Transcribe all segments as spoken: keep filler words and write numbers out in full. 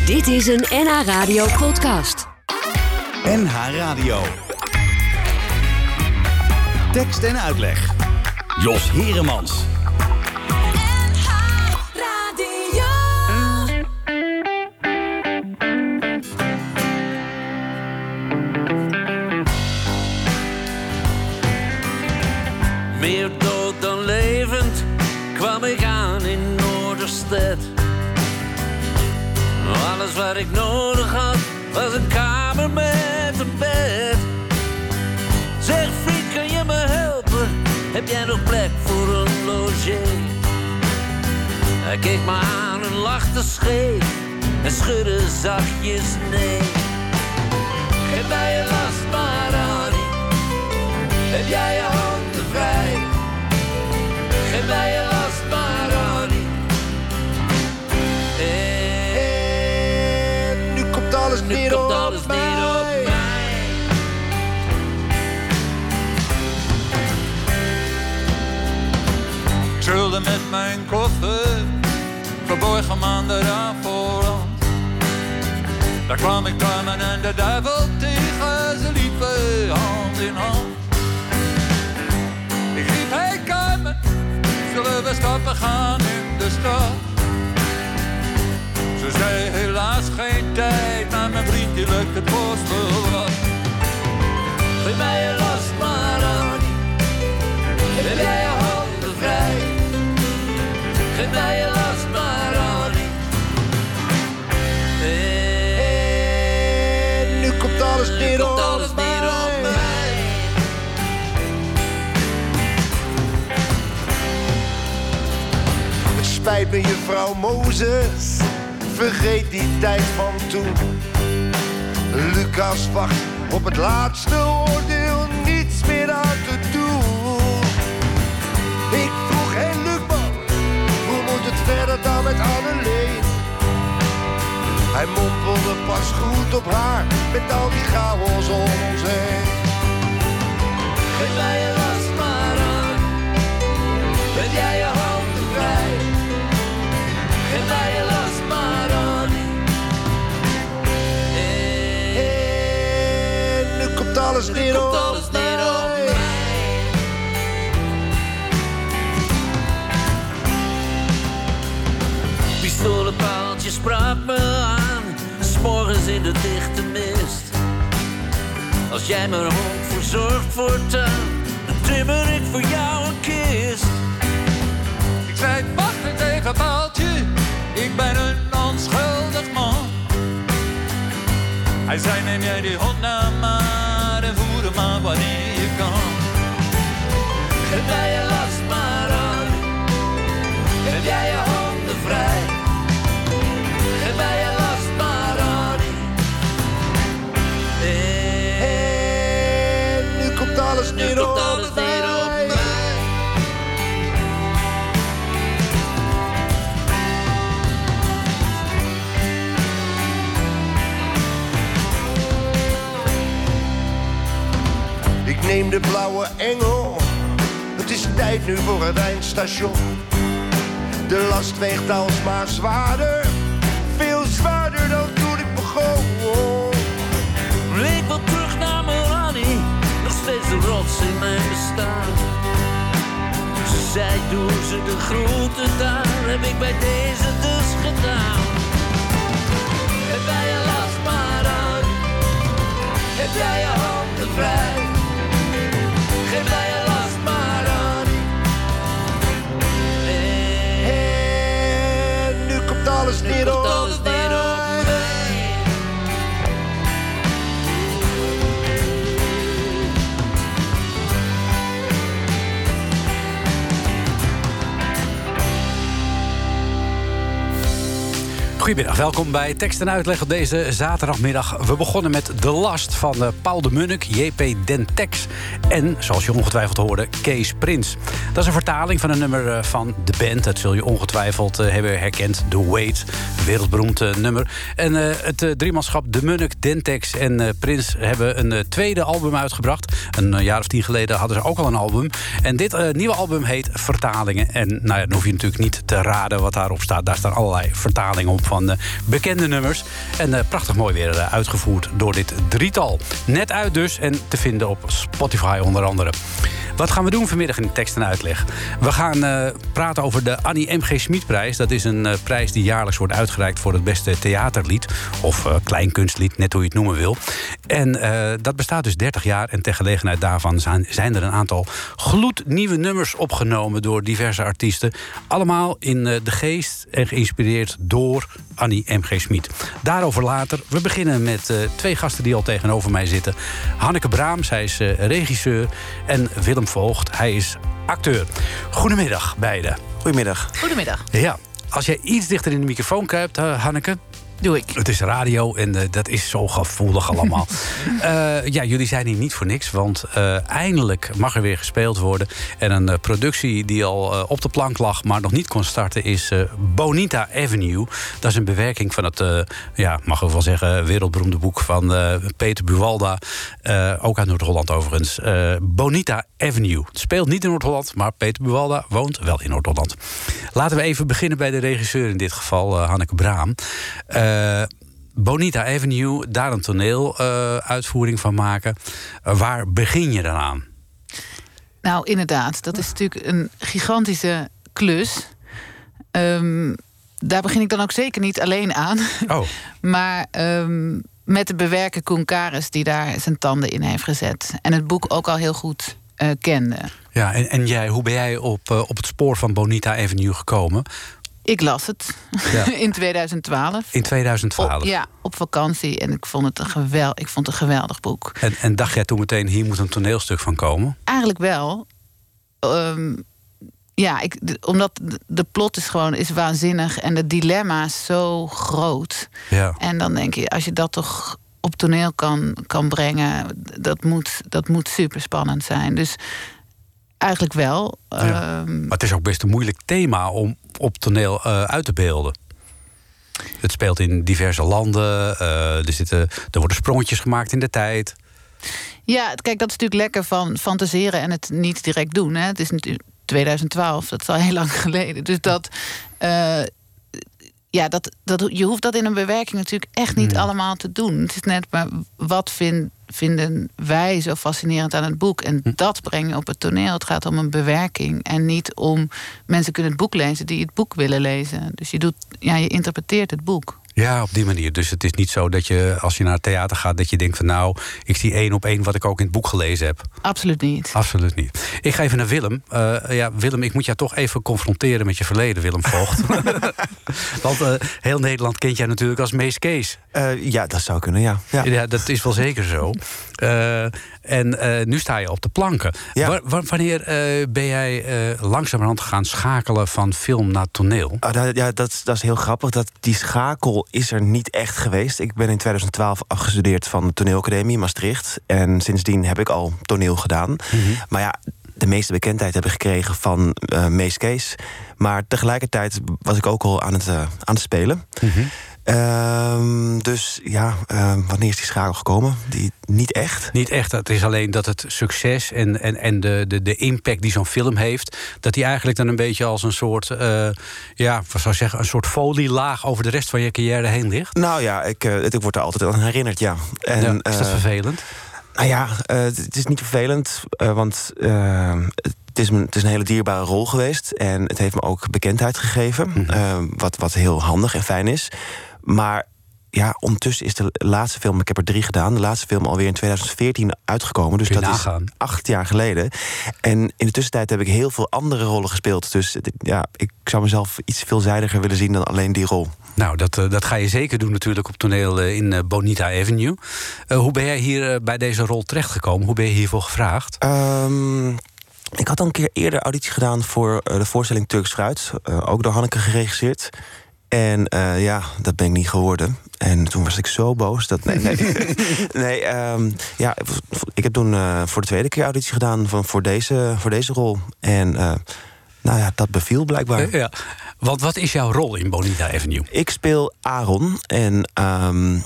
Dit is een N H Radio podcast. N H Radio. Tekst en uitleg. Jos Heremans. N H Radio. Meer dood dan levend kwam ik aan in Noorderstedt. Alles wat ik nodig had was een kamer met een bed. Zeg vriend, kan je me helpen? Heb jij nog plek voor een logé? Hij keek me aan en lachte scheef en schudde zachtjes nee. Geef mij je last maar aan, heb jij je handen vrij? Geef mij je last maar aan. En nu komt alles Nu neer komt op alles mij. neer op mij. Ik trilde met mijn koffer, verborgen aan de Ravelland. Daar kwam ik Carmen en de duivel tegen, ze liepen hand in hand. Ik riep, hey Carmen, zullen we stappen gaan in de stad? Ze zei helaas geen tijd, maar mijn vriend die lukt het bos wel wat. Geef mij je last maar aan, heb jij je handen vrij? Geef mij je last maar aan. En nu komt alles Nu neer komt op alles neer op mij. mij. Het spijt me, juffrouw Mozes, vergeet die tijd van toen. Lucas wacht op het laatste oordeel, niets meer aan te doen. Ik vroeg, hé hey Lucman, hoe moet het verder dan met Anneleen? Hij mompelde pas goed op haar, met al die chaos om ons heen. Geef mij je last maar aan, heb jij je handen vrij? Geef mij je last maar aan. En nu komt alles Nu neer komt op alles neer op mij. mij. Pistolenpaaltje sprak me aan, 's morgens in de dichte mist. Als jij mijn hond verzorgt voortaan, dan timmer ik voor jou een kist. Ik zei, wacht eens even paaltje, ik ben een onschuldig man. Hij zei, neem jij die hond nou maar en voer hem maar wanneer je kan. Geef mij je last maar aan, heb jij je handen vrij? Geef mij je last maar aan. En nu komt alles Nu neer komt op alles neer op mij. mij. Ik neem de blauwe engel, het is tijd nu voor het eindstation. De last weegt alsmaar zwaarder, veel zwaarder dan toen ik begon. Ik wil terug naar mijn Annie, nog steeds de rots in mijn bestaan. Ze zei, doe ze de groeten daar, heb ik bij deze dus gedaan. Heb jij je last maar aan, heb jij je handen vrij? Geef mij je last maar aan. En nu komt alles Nu neer komt op alles neer op mij. mij. Goedemiddag, welkom bij Tekst en Uitleg op deze zaterdagmiddag. We begonnen met De Last van uh, Paul de Munnik, J P Dentex en, zoals je ongetwijfeld hoorde, Kees Prins. Dat is een vertaling van een nummer uh, van de band. Dat zul je ongetwijfeld uh, hebben herkend, The Wait, wereldberoemd uh, nummer. En uh, het uh, driemanschap De Munnik, Dentex en uh, Prins hebben een uh, tweede album uitgebracht. Een uh, jaar of tien geleden hadden ze ook al een album. En dit uh, nieuwe album heet Vertalingen. En nou ja, dan hoef je natuurlijk niet te raden wat daarop staat. Daar staan allerlei vertalingen op van van uh, bekende nummers. En uh, prachtig mooi weer uh, uitgevoerd door dit drietal. Net uit dus en te vinden op Spotify onder andere. Wat gaan we doen vanmiddag in de tekst en uitleg? We gaan uh, praten over de Annie M G. Schmid-prijs. Dat is een uh, prijs die jaarlijks wordt uitgereikt voor het beste theaterlied. Of uh, kleinkunstlied, net hoe je het noemen wil. En uh, dat bestaat dus dertig jaar. En ter gelegenheid daarvan zijn, zijn er een aantal gloednieuwe nummers opgenomen door diverse artiesten. Allemaal in uh, de geest en geïnspireerd door Annie M G. Schmid. Daarover later. We beginnen met uh, twee gasten die al tegenover mij zitten. Hanneke Braam, zij is uh, regisseur. En Willem Voogd, hij is acteur. Goedemiddag, beiden. Goedemiddag. Goedemiddag. Ja, als jij iets dichter in de microfoon kruipt, uh, Hanneke. Doe ik. Het is radio en uh, dat is zo gevoelig allemaal. uh, ja, jullie zijn hier niet voor niks, want uh, eindelijk mag er weer gespeeld worden. En een uh, productie die al uh, op de plank lag, maar nog niet kon starten, is uh, Bonita Avenue. Dat is een bewerking van het, uh, ja, mag ik wel zeggen, wereldberoemde boek van uh, Peter Buwalda. Uh, ook uit Noord-Holland overigens. Uh, Bonita Avenue. Het speelt niet in Noord-Holland, maar Peter Buwalda woont wel in Noord-Holland. Laten we even beginnen bij de regisseur in dit geval, uh, Hanneke Braam. Uh, Uh, Bonita Avenue, daar een toneeluitvoering uh, van maken. Uh, waar begin je dan aan? Nou, inderdaad. Dat is natuurlijk een gigantische klus. Um, daar begin ik dan ook zeker niet alleen aan. Oh. maar um, met de bewerker Koen Karis, die daar zijn tanden in heeft gezet. En het boek ook al heel goed uh, kende. Ja, en, en jij, hoe ben jij op, uh, op het spoor van Bonita Avenue gekomen? Ik las het ja. in tweeduizend twaalf. In tweeduizend twaalf? Op, ja, op vakantie. En ik vond het een, gewel, ik vond het een geweldig boek. En, en dacht jij toen meteen, hier moet een toneelstuk van komen? Eigenlijk wel. Um, ja, ik, de, omdat de, de plot is gewoon is waanzinnig. En de dilemma's zo groot. Ja. En dan denk je, als je dat toch op toneel kan, kan brengen... Dat moet, dat moet super spannend zijn. Dus... Eigenlijk wel. Ja. Um, maar het is ook best een moeilijk thema om op toneel uh, uit te beelden. Het speelt in diverse landen. Uh, er, zitten, er worden sprongetjes gemaakt in de tijd. Ja, kijk, dat is natuurlijk lekker van fantaseren en het niet direct doen. Hè. Het is natuurlijk tweeduizend twaalf, dat is al heel lang geleden. Dus dat... Uh, ja, dat, dat, je hoeft dat in een bewerking natuurlijk echt niet hmm. allemaal te doen. Het is net maar wat vind, vinden wij zo fascinerend aan het boek. En hmm. dat breng je op het toneel. Het gaat om een bewerking. En niet om mensen kunnen het boek lezen die het boek willen lezen. Dus je, doet, ja, je interpreteert het boek. Ja, op die manier. Dus het is niet zo dat je, als je naar het theater gaat, dat je denkt van nou, ik zie één op één wat ik ook in het boek gelezen heb. Absoluut niet. Absoluut niet. Ik ga even naar Willem. Uh, ja, Willem, ik moet jou toch even confronteren met je verleden, Willem Voogd. Want uh, heel Nederland kent jij natuurlijk als Mees Kees. Uh, ja, dat zou kunnen, ja. ja. Ja, dat is wel zeker zo. Uh, en uh, nu sta je op de planken. Ja. Wa- wa- wanneer uh, ben jij uh, langzamerhand gaan schakelen van film naar toneel? Uh, dat, ja, dat, dat is heel grappig. Dat, die schakel is er niet echt geweest. Ik ben in tweeduizend twaalf afgestudeerd van de toneelacademie in Maastricht. En sindsdien heb ik al toneel gedaan. Mm-hmm. Maar ja, de meeste bekendheid heb ik gekregen van uh, Mees Kees. Maar tegelijkertijd was ik ook al aan het, uh, aan het spelen. Mm-hmm. Uh, dus ja, uh, wanneer is die schakel gekomen? Die, niet echt. Niet echt. Het is alleen dat het succes en, en, en de, de, de impact die zo'n film heeft, dat die eigenlijk dan een beetje als een soort, uh, ja, wat zou ik zeggen, een soort folielaag over de rest van je carrière heen ligt. Nou ja, ik, uh, ik word er altijd aan herinnerd, ja. En, ja, is dat uh, vervelend? Nou ja, uh, het is niet vervelend, uh, want uh, het, is een, het is een hele dierbare rol geweest. En het heeft me ook bekendheid gegeven, mm-hmm. uh, wat, wat heel handig en fijn is. Maar ja, ondertussen is de laatste film, ik heb er drie gedaan, de laatste film alweer in tweeduizend veertien uitgekomen. Dus dat nagaan. is acht jaar geleden. En in de tussentijd heb ik heel veel andere rollen gespeeld. Dus ja, ik zou mezelf iets veelzijdiger willen zien dan alleen die rol. Nou, dat, uh, dat ga je zeker doen natuurlijk op toneel uh, in uh, Bonita Avenue. Uh, hoe ben jij hier uh, bij deze rol terechtgekomen? Hoe ben je hiervoor gevraagd? Um, ik had al een keer eerder auditie gedaan voor uh, de voorstelling Turks Fruit. Uh, ook door Hanneke geregisseerd. En uh, ja, dat ben ik niet geworden. En toen was ik zo boos. Dat, nee, nee. nee um, ja, ik heb toen uh, voor de tweede keer auditie gedaan van, voor, deze, voor deze rol. En uh, nou ja, dat beviel blijkbaar. Ja. Want wat is jouw rol in Bonita Avenue? Ik speel Aaron. En um,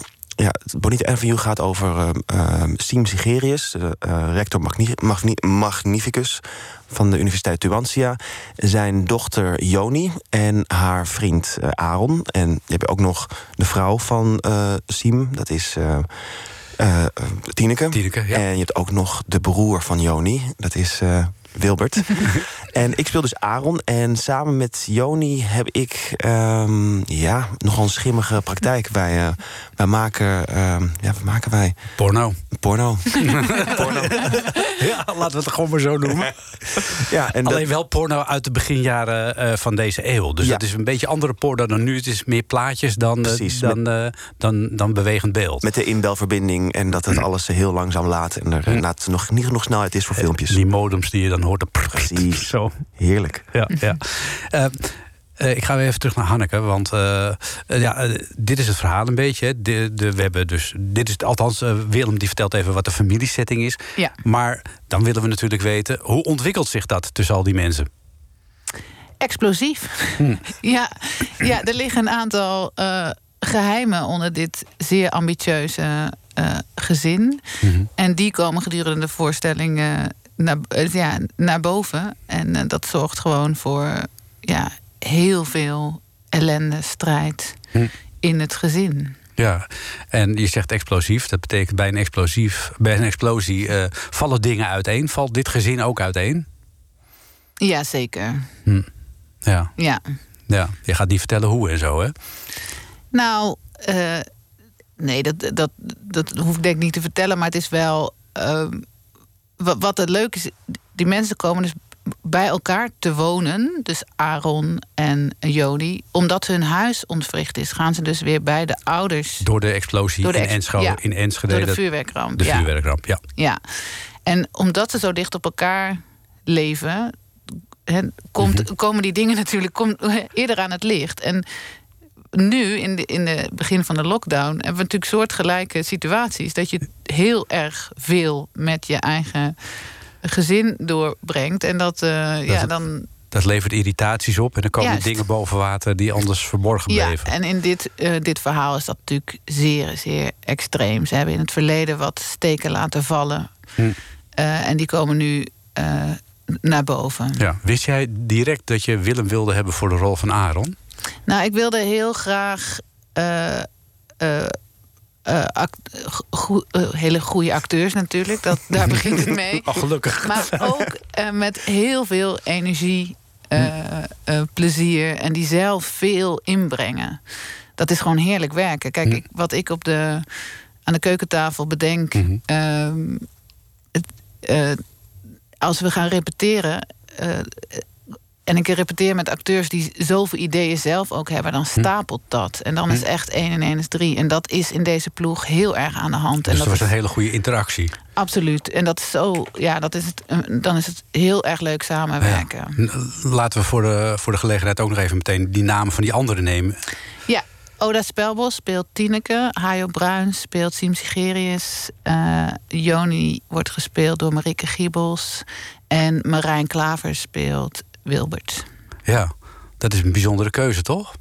ja, het Bonita Interview gaat over uh, uh, Siem Sigerius, uh, rector magni- magni- magnificus van de Universiteit Tubantia. Zijn dochter Joni en haar vriend uh, Aaron. En je hebt ook nog de vrouw van uh, Siem, dat is uh, uh, Tineke. Tineke, ja. En je hebt ook nog de broer van Joni, dat is Uh, Wilbert. En ik speel dus Aaron. En samen met Joni heb ik um, ja, nogal een schimmige praktijk. Wij, uh, wij maken... Um, ja, wat maken wij? Porno. Porno. Porno. Ja, laten we het gewoon maar zo noemen. Ja, en Alleen dat... wel porno uit de beginjaren uh, van deze eeuw. Dus ja. dat is een beetje andere porno dan nu. Het is meer plaatjes dan, uh, Precies, dan, uh, dan, dan bewegend beeld. Met de inbelverbinding en dat het alles heel langzaam laat. En er laat nog niet genoeg snelheid is voor filmpjes. Die modems die je dan hoort. Precies. Zo. Heerlijk. Ja, ja. Uh, uh, ik ga weer even terug naar Hanneke. Want uh, uh, ja, uh, dit is het verhaal een beetje. Hè. De, de, we hebben dus, dit is het, althans, uh, Willem die vertelt even wat de familiesetting is. Ja. Maar dan willen we natuurlijk weten, hoe ontwikkelt zich dat tussen al die mensen? Explosief. Hm. ja, ja, er liggen een aantal uh, geheimen onder dit zeer ambitieuze uh, gezin. Mm-hmm. En die komen gedurende de voorstelling uh, naar, uh, ja, naar boven. En uh, dat zorgt gewoon voor uh, ja, heel veel ellende, strijd hm. in het gezin. Ja, en je zegt explosief. Dat betekent bij een, explosief, bij een explosie uh, vallen dingen uiteen. Valt dit gezin ook uiteen? Ja, zeker. Hm. Ja. Ja. Ja, je gaat niet vertellen hoe en zo, hè? Nou, uh, nee, dat, dat, dat hoef ik denk ik niet te vertellen. Maar het is wel... Uh, wat, wat het leuke is, die mensen komen dus bij elkaar te wonen. Dus Aaron en Joni. Omdat hun huis ontwricht is, gaan ze dus weer bij de ouders. Door de explosie door de in, ex- Enschede, ja, in Enschede. Door de vuurwerkramp. De ja. vuurwerkramp, ja. Ja. En omdat ze zo dicht op elkaar leven... He, komt, mm-hmm. komen die dingen natuurlijk kom, eerder aan het licht. En nu, in de, in de begin van de lockdown... hebben we natuurlijk soortgelijke situaties. Dat je heel erg veel met je eigen gezin doorbrengt. En dat, uh, dat ja, dan... Dat levert irritaties op en dan komen Juist. dingen boven water... die anders verborgen ja, bleven. En in dit, uh, dit verhaal is dat natuurlijk zeer, zeer extreem. Ze hebben in het verleden wat steken laten vallen. Hm. Uh, en die komen nu... Uh, naar boven. Ja. Wist jij direct dat je Willem wilde hebben voor de rol van Aaron? Nou, ik wilde heel graag uh, uh, uh, act, go, uh, hele goede acteurs natuurlijk. Dat, daar begint het mee. Oh, gelukkig. Maar ook uh, met heel veel energie, uh, uh, plezier en die zelf veel inbrengen. Dat is gewoon heerlijk werken. Kijk, hm. ik, wat ik op de, aan de keukentafel bedenk... Mm-hmm. Uh, het, uh, als we gaan repeteren... Uh, en ik repeteer met acteurs die zoveel ideeën zelf ook hebben... dan stapelt dat. En dan is echt één en één is drie. En dat is in deze ploeg heel erg aan de hand. Dus en dat dat was is, een hele goede interactie. Absoluut. En dat is zo... Ja, dat is het, dan is het heel erg leuk samenwerken. Ja. Laten we voor de, voor de gelegenheid ook nog even meteen... die namen van die anderen nemen. Ja. Oda Spelbos speelt Tineke. Hajo Bruins speelt Siem Sigerius. Uh, Joni wordt gespeeld door Marieke Giebels. En Marijn Klaver speelt Wilbert. Ja, dat is een bijzondere keuze, toch?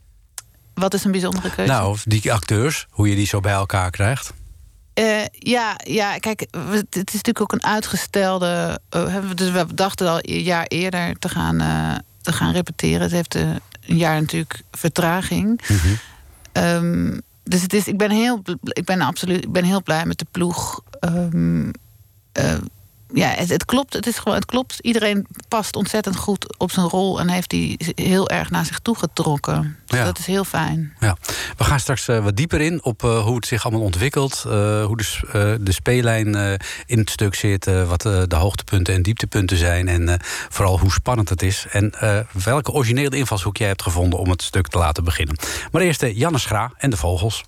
Wat is een bijzondere keuze? Nou, die acteurs, hoe je die zo bij elkaar krijgt. Uh, ja, ja, kijk, het is natuurlijk ook een uitgestelde... Uh, dus we dachten al een jaar eerder te gaan, uh, te gaan repeteren. Het heeft uh, een jaar natuurlijk vertraging. Mm-hmm. Um, dus het is, ik ben heel, ik ben absoluut, ik ben heel blij met de ploeg. Um, uh, ja, het, het klopt. Het is gewoon, het klopt. Iedereen past ontzettend goed op zijn rol en heeft die heel erg naar zich toe getrokken. Dus ja. Dat is heel fijn. Ja. We gaan straks uh, wat dieper in op uh, hoe het zich allemaal ontwikkelt, uh, hoe de, uh, de speellijn uh, in het stuk zit, uh, wat uh, de hoogtepunten en dieptepunten zijn en uh, vooral hoe spannend het is en uh, welke originele invalshoek jij hebt gevonden om het stuk te laten beginnen. Maar eerst uh, Janne Schra en de Vogels.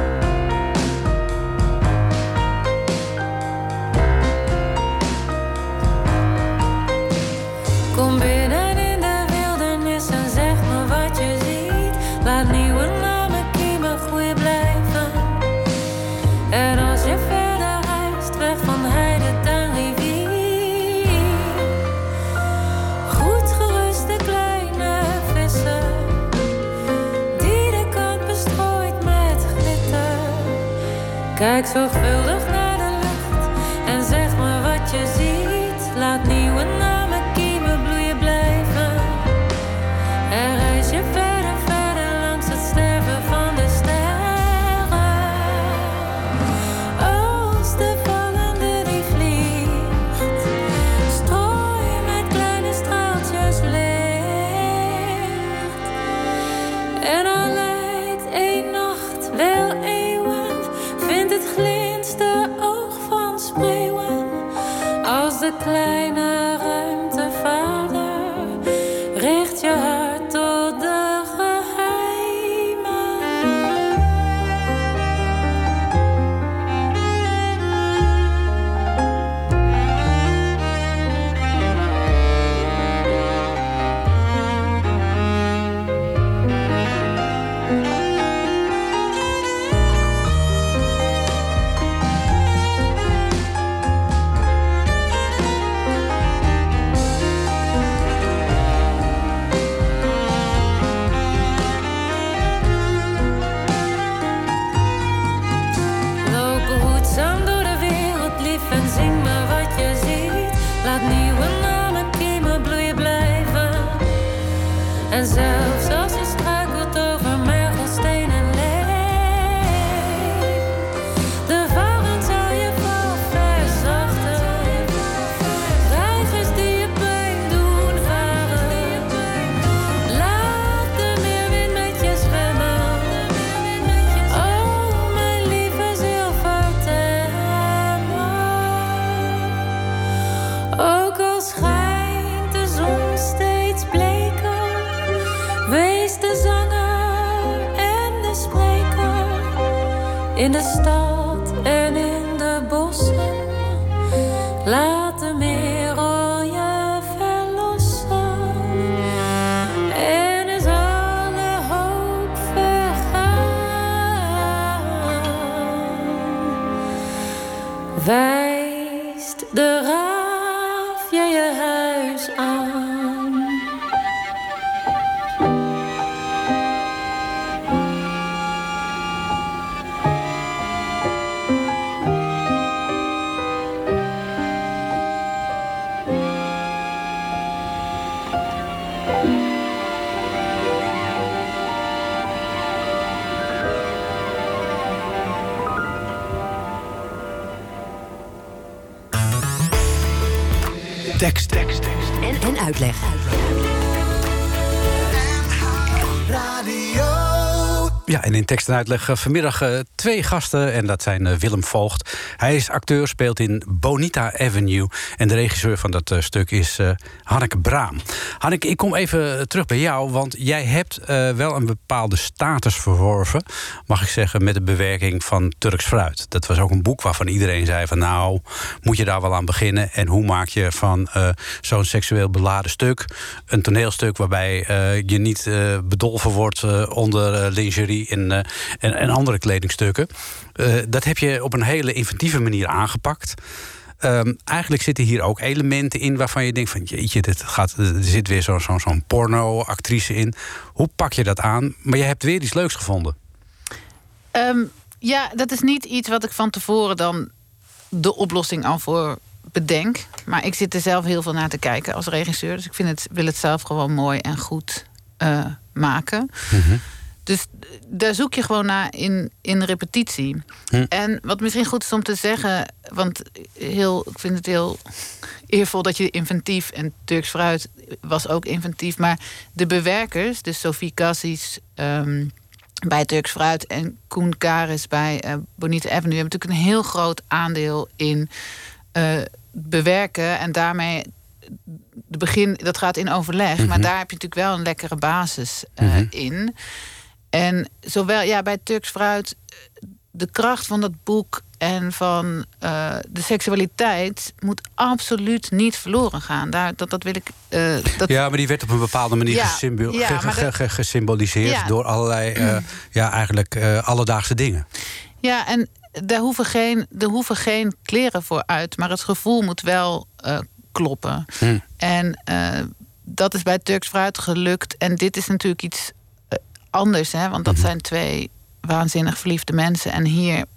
Kom binnen in de wildernis en zeg me wat je ziet. Laat nieuwe namen kiemen, groeien blijven. En als je verder reist, weg van heide en rivier. Goed geruste kleine vissen, die de kant bestrooit met glitter. Kijk zorgvuldig naar de lucht en zeg me wat je ziet. Laat nieuwe namen kiemen, bloeien, blijven. En reis je verder, verder langs het sterven van de sterren. Als de vallende die vliegt, strooi met kleine straaltjes licht. En al lijkt één nacht wel eeuwen, vindt het glinster oog van spreeuwen. Als de kleine ruimtevader richt je hart tot de geheimen. Loop behoedzaam door de wereld, lief, en zing me wat je ziet. Laat nieuwe namen kiemen, bloeien, blijven. En zelfs als je struikelt over mergelsteen en leem, de varen zal je val verzachten. Reigers die je pijn doen varen. Laat de meerwind met je zwemmen. Oh, mijn lieve zilvertemmer. Ook al schijnt de zon steeds bleker, wees de zanger en de spreker. In de stad en in de bossen, laat de merel je verlossen. En is alle hoop vergaan, wijst de raaf je je huis aan. Tekst, tekst, tekst. En, en uitleg. Ja, en in tekst en uitleg uh, vanmiddag uh, twee gasten. En dat zijn uh, Willem Voogd. Hij is acteur, speelt in Bonita Avenue. En de regisseur van dat uh, stuk is uh, Hanneke Braam. Hanneke, ik kom even terug bij jou. Want jij hebt uh, wel een bepaalde status verworven, mag ik zeggen, met de bewerking van Turks Fruit. Dat was ook een boek waarvan iedereen zei van nou, moet je daar wel aan beginnen? En hoe maak je van uh, zo'n seksueel beladen stuk een toneelstuk waarbij uh, je niet uh, bedolven wordt uh, onder uh, lingerie En, uh, en, en andere kledingstukken. Uh, dat heb je op een hele inventieve manier aangepakt. Um, eigenlijk zitten hier ook elementen in waarvan je denkt van jeetje, dit gaat, er zit weer zo'n zo, zo'n porno-actrice in. Hoe pak je dat aan? Maar je hebt weer iets leuks gevonden. Um, ja, dat is niet iets wat ik van tevoren dan de oplossing al voor bedenk. Maar ik zit er zelf heel veel naar te kijken als regisseur. Dus ik vind het, wil het zelf gewoon mooi en goed uh, maken. Mm-hmm. Dus daar zoek je gewoon naar in, in repetitie. Hm. En wat misschien goed is om te zeggen, want heel, ik vind het heel eervol dat je inventief, en Turks Fruit was ook inventief, maar de bewerkers, dus Sophie Cassis um, bij Turks Fruit en Koen Karis bij uh, Bonita Avenue, hebben natuurlijk een heel groot aandeel in uh, bewerken en daarmee de begin, dat gaat in overleg, mm-hmm. maar daar heb je natuurlijk wel een lekkere basis uh, mm-hmm. in. En zowel ja, bij Turks Fruit, de kracht van dat boek en van uh, de seksualiteit moet absoluut niet verloren gaan. Daar, dat, dat wil ik. Uh, dat... Ja, maar die werd op een bepaalde manier ja, gesymbo- ja, ge- ge- ge- gesymboliseerd ja. door allerlei, uh, ja, eigenlijk uh, alledaagse dingen. Ja, en daar hoeven geen, er hoeven geen kleren voor uit, maar het gevoel moet wel uh, kloppen. Hmm. En uh, dat is bij Turks Fruit gelukt. En dit is natuurlijk iets uh, anders, hè? Want dat mm-hmm. zijn twee waanzinnig verliefde mensen. En hier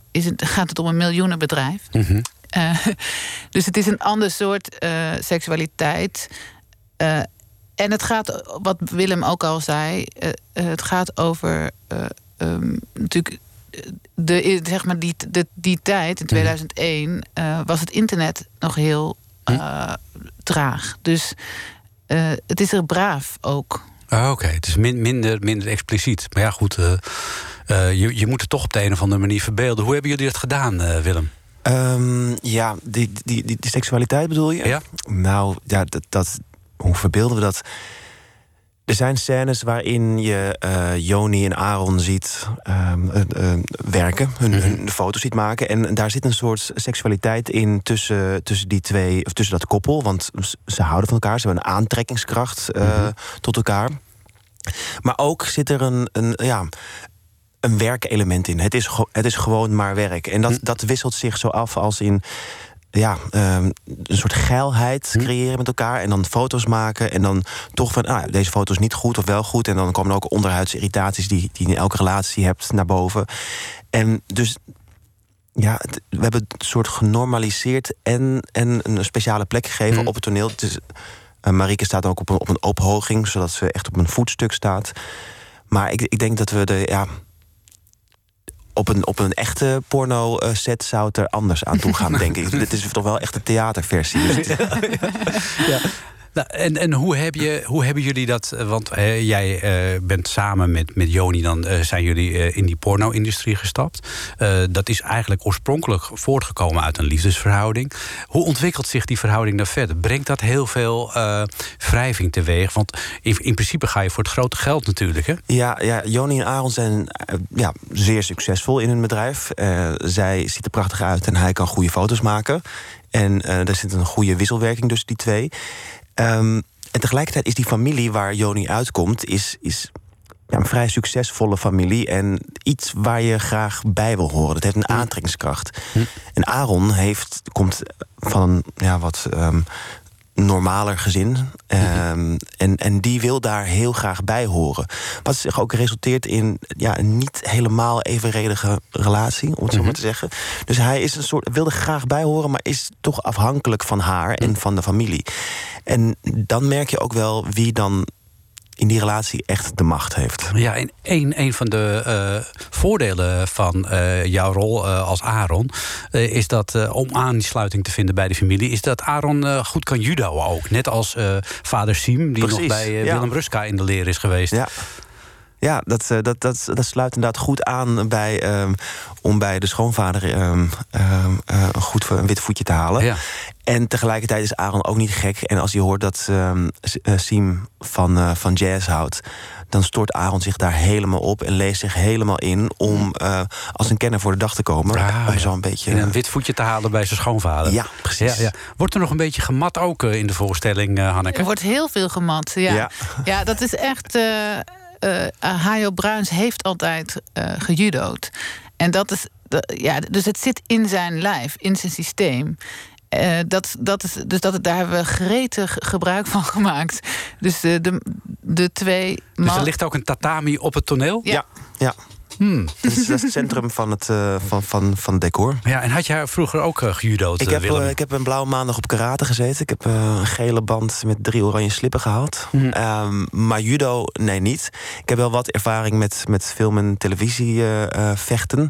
is het, gaat het om een miljoenenbedrijf. Mm-hmm. Uh, dus het is een ander soort uh, seksualiteit. Uh, en het gaat, wat Willem ook al zei... Uh, uh, het gaat over uh, um, natuurlijk... De, zeg maar die, de, die tijd, in tweeduizend één, uh, was het internet nog heel uh, traag. Dus uh, het is er braaf ook. Oh, Oké, okay. Het is min, minder, minder expliciet. Maar ja, goed, uh, uh, je, je moet het toch op de een of andere manier verbeelden. Hoe hebben jullie dat gedaan, uh, Willem? Um, ja, die, die, die, die seksualiteit bedoel je? Ja. Nou, ja, dat, dat, hoe verbeelden we dat? Er zijn scènes waarin je uh, Joni en Aaron ziet uh, uh, werken, hun, Mm-hmm. hun foto's ziet maken. En daar zit een soort seksualiteit in tussen, tussen die twee, of tussen dat koppel. Want ze houden van elkaar, ze hebben een aantrekkingskracht uh, mm-hmm. tot elkaar. Maar ook zit er een, een, ja, een werkelement in. Het is, het is gewoon maar werk. En dat, dat wisselt zich zo af als in... Ja, um, een soort geilheid creëren met elkaar. En dan foto's maken. En dan toch van, ah, deze foto is niet goed of wel goed. En dan komen er ook onderhuidse irritaties die, die je in elke relatie hebt naar boven. En dus, ja, het, we hebben het soort genormaliseerd en, en een speciale plek gegeven hmm. op het toneel. Het is, uh, Marieke staat ook op een, op een ophoging, zodat ze echt op een voetstuk staat. Maar ik, ik denk dat we de, ja... Op een, op een echte porno-set zou het er anders aan toe gaan, denk ik. Dit is toch wel echt een theaterversie. Dus ja, ja, ja. Nou, en en hoe, heb je, hoe hebben jullie dat... Want uh, jij uh, bent samen met, met Joni... dan uh, zijn jullie uh, in die porno-industrie gestapt. Uh, dat is eigenlijk oorspronkelijk voortgekomen uit een liefdesverhouding. Hoe ontwikkelt zich die verhouding dan verder? Brengt dat heel veel uh, wrijving teweeg? Want in, in principe ga je voor het grote geld natuurlijk, hè? Ja, ja, Joni en Aaron zijn uh, ja, zeer succesvol in hun bedrijf. Uh, zij ziet er prachtig uit en hij kan goede foto's maken. En uh, er zit een goede wisselwerking tussen die twee... Um, en tegelijkertijd is die familie waar Joni uitkomt... is, is ja, een vrij succesvolle familie en iets waar je graag bij wil horen. Dat heeft een aantrekkingskracht. Hm. En Aaron heeft, komt van een ja, wat um, normaler gezin. Um, en, en die wil daar heel graag bij horen. Wat zich ook resulteert in ja, een niet helemaal evenredige relatie, om het zo maar te zeggen. Dus hij is een soort, wil er graag bij horen, maar is toch afhankelijk van haar en van de familie. En dan merk je ook wel wie dan in die relatie echt de macht heeft. Ja, en een, een van de uh, voordelen van uh, jouw rol uh, als Aaron... Uh, is dat, uh, om aansluiting te vinden bij de familie... is dat Aaron uh, goed kan judoën ook. Net als uh, vader Siem, die Precies, nog bij uh, ja. Willem Ruska in de leer is geweest. Ja. Ja, dat, dat, dat, dat sluit inderdaad goed aan bij, um, om bij de schoonvader um, um, uh, een goed een wit voetje te halen. Ja. En tegelijkertijd is Aaron ook niet gek. En als hij hoort dat um, Siem van, uh, van jazz houdt... dan stort Aaron zich daar helemaal op en leest zich helemaal in... om uh, als een kenner voor de dag te komen. Ah, om ja. zo een beetje, en een wit voetje te halen bij zijn schoonvader. Ja, precies. Ja, ja. Wordt er nog een beetje gemat ook uh, in de voorstelling, uh, Hanneke? Er wordt heel veel gemat, ja. Ja, ja dat is echt... Uh... Uh, Hajo Bruins heeft altijd uh, gejudo'd. En dat is, uh, ja, dus het zit in zijn lijf, in zijn systeem. Uh, dat, dat is, dus dat, daar hebben we gretig gebruik van gemaakt. Dus de, de, de twee... Dus man... er ligt ook een tatami op het toneel? Ja, ja. Hmm. Dat is het centrum van het, uh, van, van, van het decor. Ja, en had jij vroeger ook uh, gejudo'd, ik heb, Willem? Uh, ik heb een blauwe maandag op karate gezeten. Ik heb uh, een gele band met drie oranje slippen gehad. Hmm. Um, maar judo, nee, niet. Ik heb wel wat ervaring met, met film- en televisie uh, uh, vechten.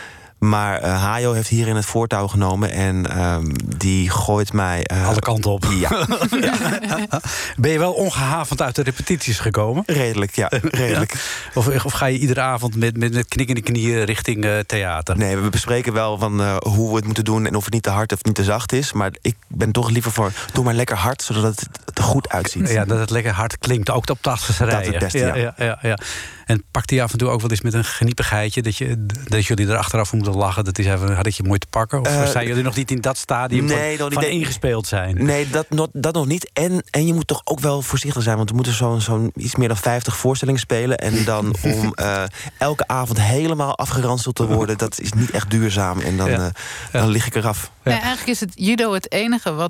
Maar uh, Hajo heeft hierin het voortouw genomen en um, die gooit mij... Uh, alle kanten op. Ja. ja. Ben je wel ongehavend uit de repetities gekomen? Redelijk, ja. Redelijk. Ja? Of, of ga je iedere avond met, met, met knikkende knieën richting uh, theater? Nee, we bespreken wel van uh, hoe we het moeten doen... en of het niet te hard of niet te zacht is. Maar ik ben toch liever voor, doe maar lekker hard... zodat het er goed uitziet. Ja, dat het lekker hard klinkt, ook op tachtigste rijen. Dat is het beste, ja. ja, ja, ja, ja. En pakt hij af en toe ook wel eens met een geniepigheidje... dat, je, dat jullie er achteraf moeten lachen? Dat is even, had ik je mooi te pakken? Of uh, zijn jullie nog niet in dat stadium nee, van, van ingespeeld zijn? Nee, dat, not, dat nog niet. En, en je moet toch ook wel voorzichtig zijn... want we moeten zo'n zo'n iets meer dan vijftig voorstellingen spelen... en dan om uh, elke avond helemaal afgeranseld te worden... dat is niet echt duurzaam. En dan, ja. uh, dan ja. lig ik eraf. Ja. Nee, eigenlijk is het judo het enige wat...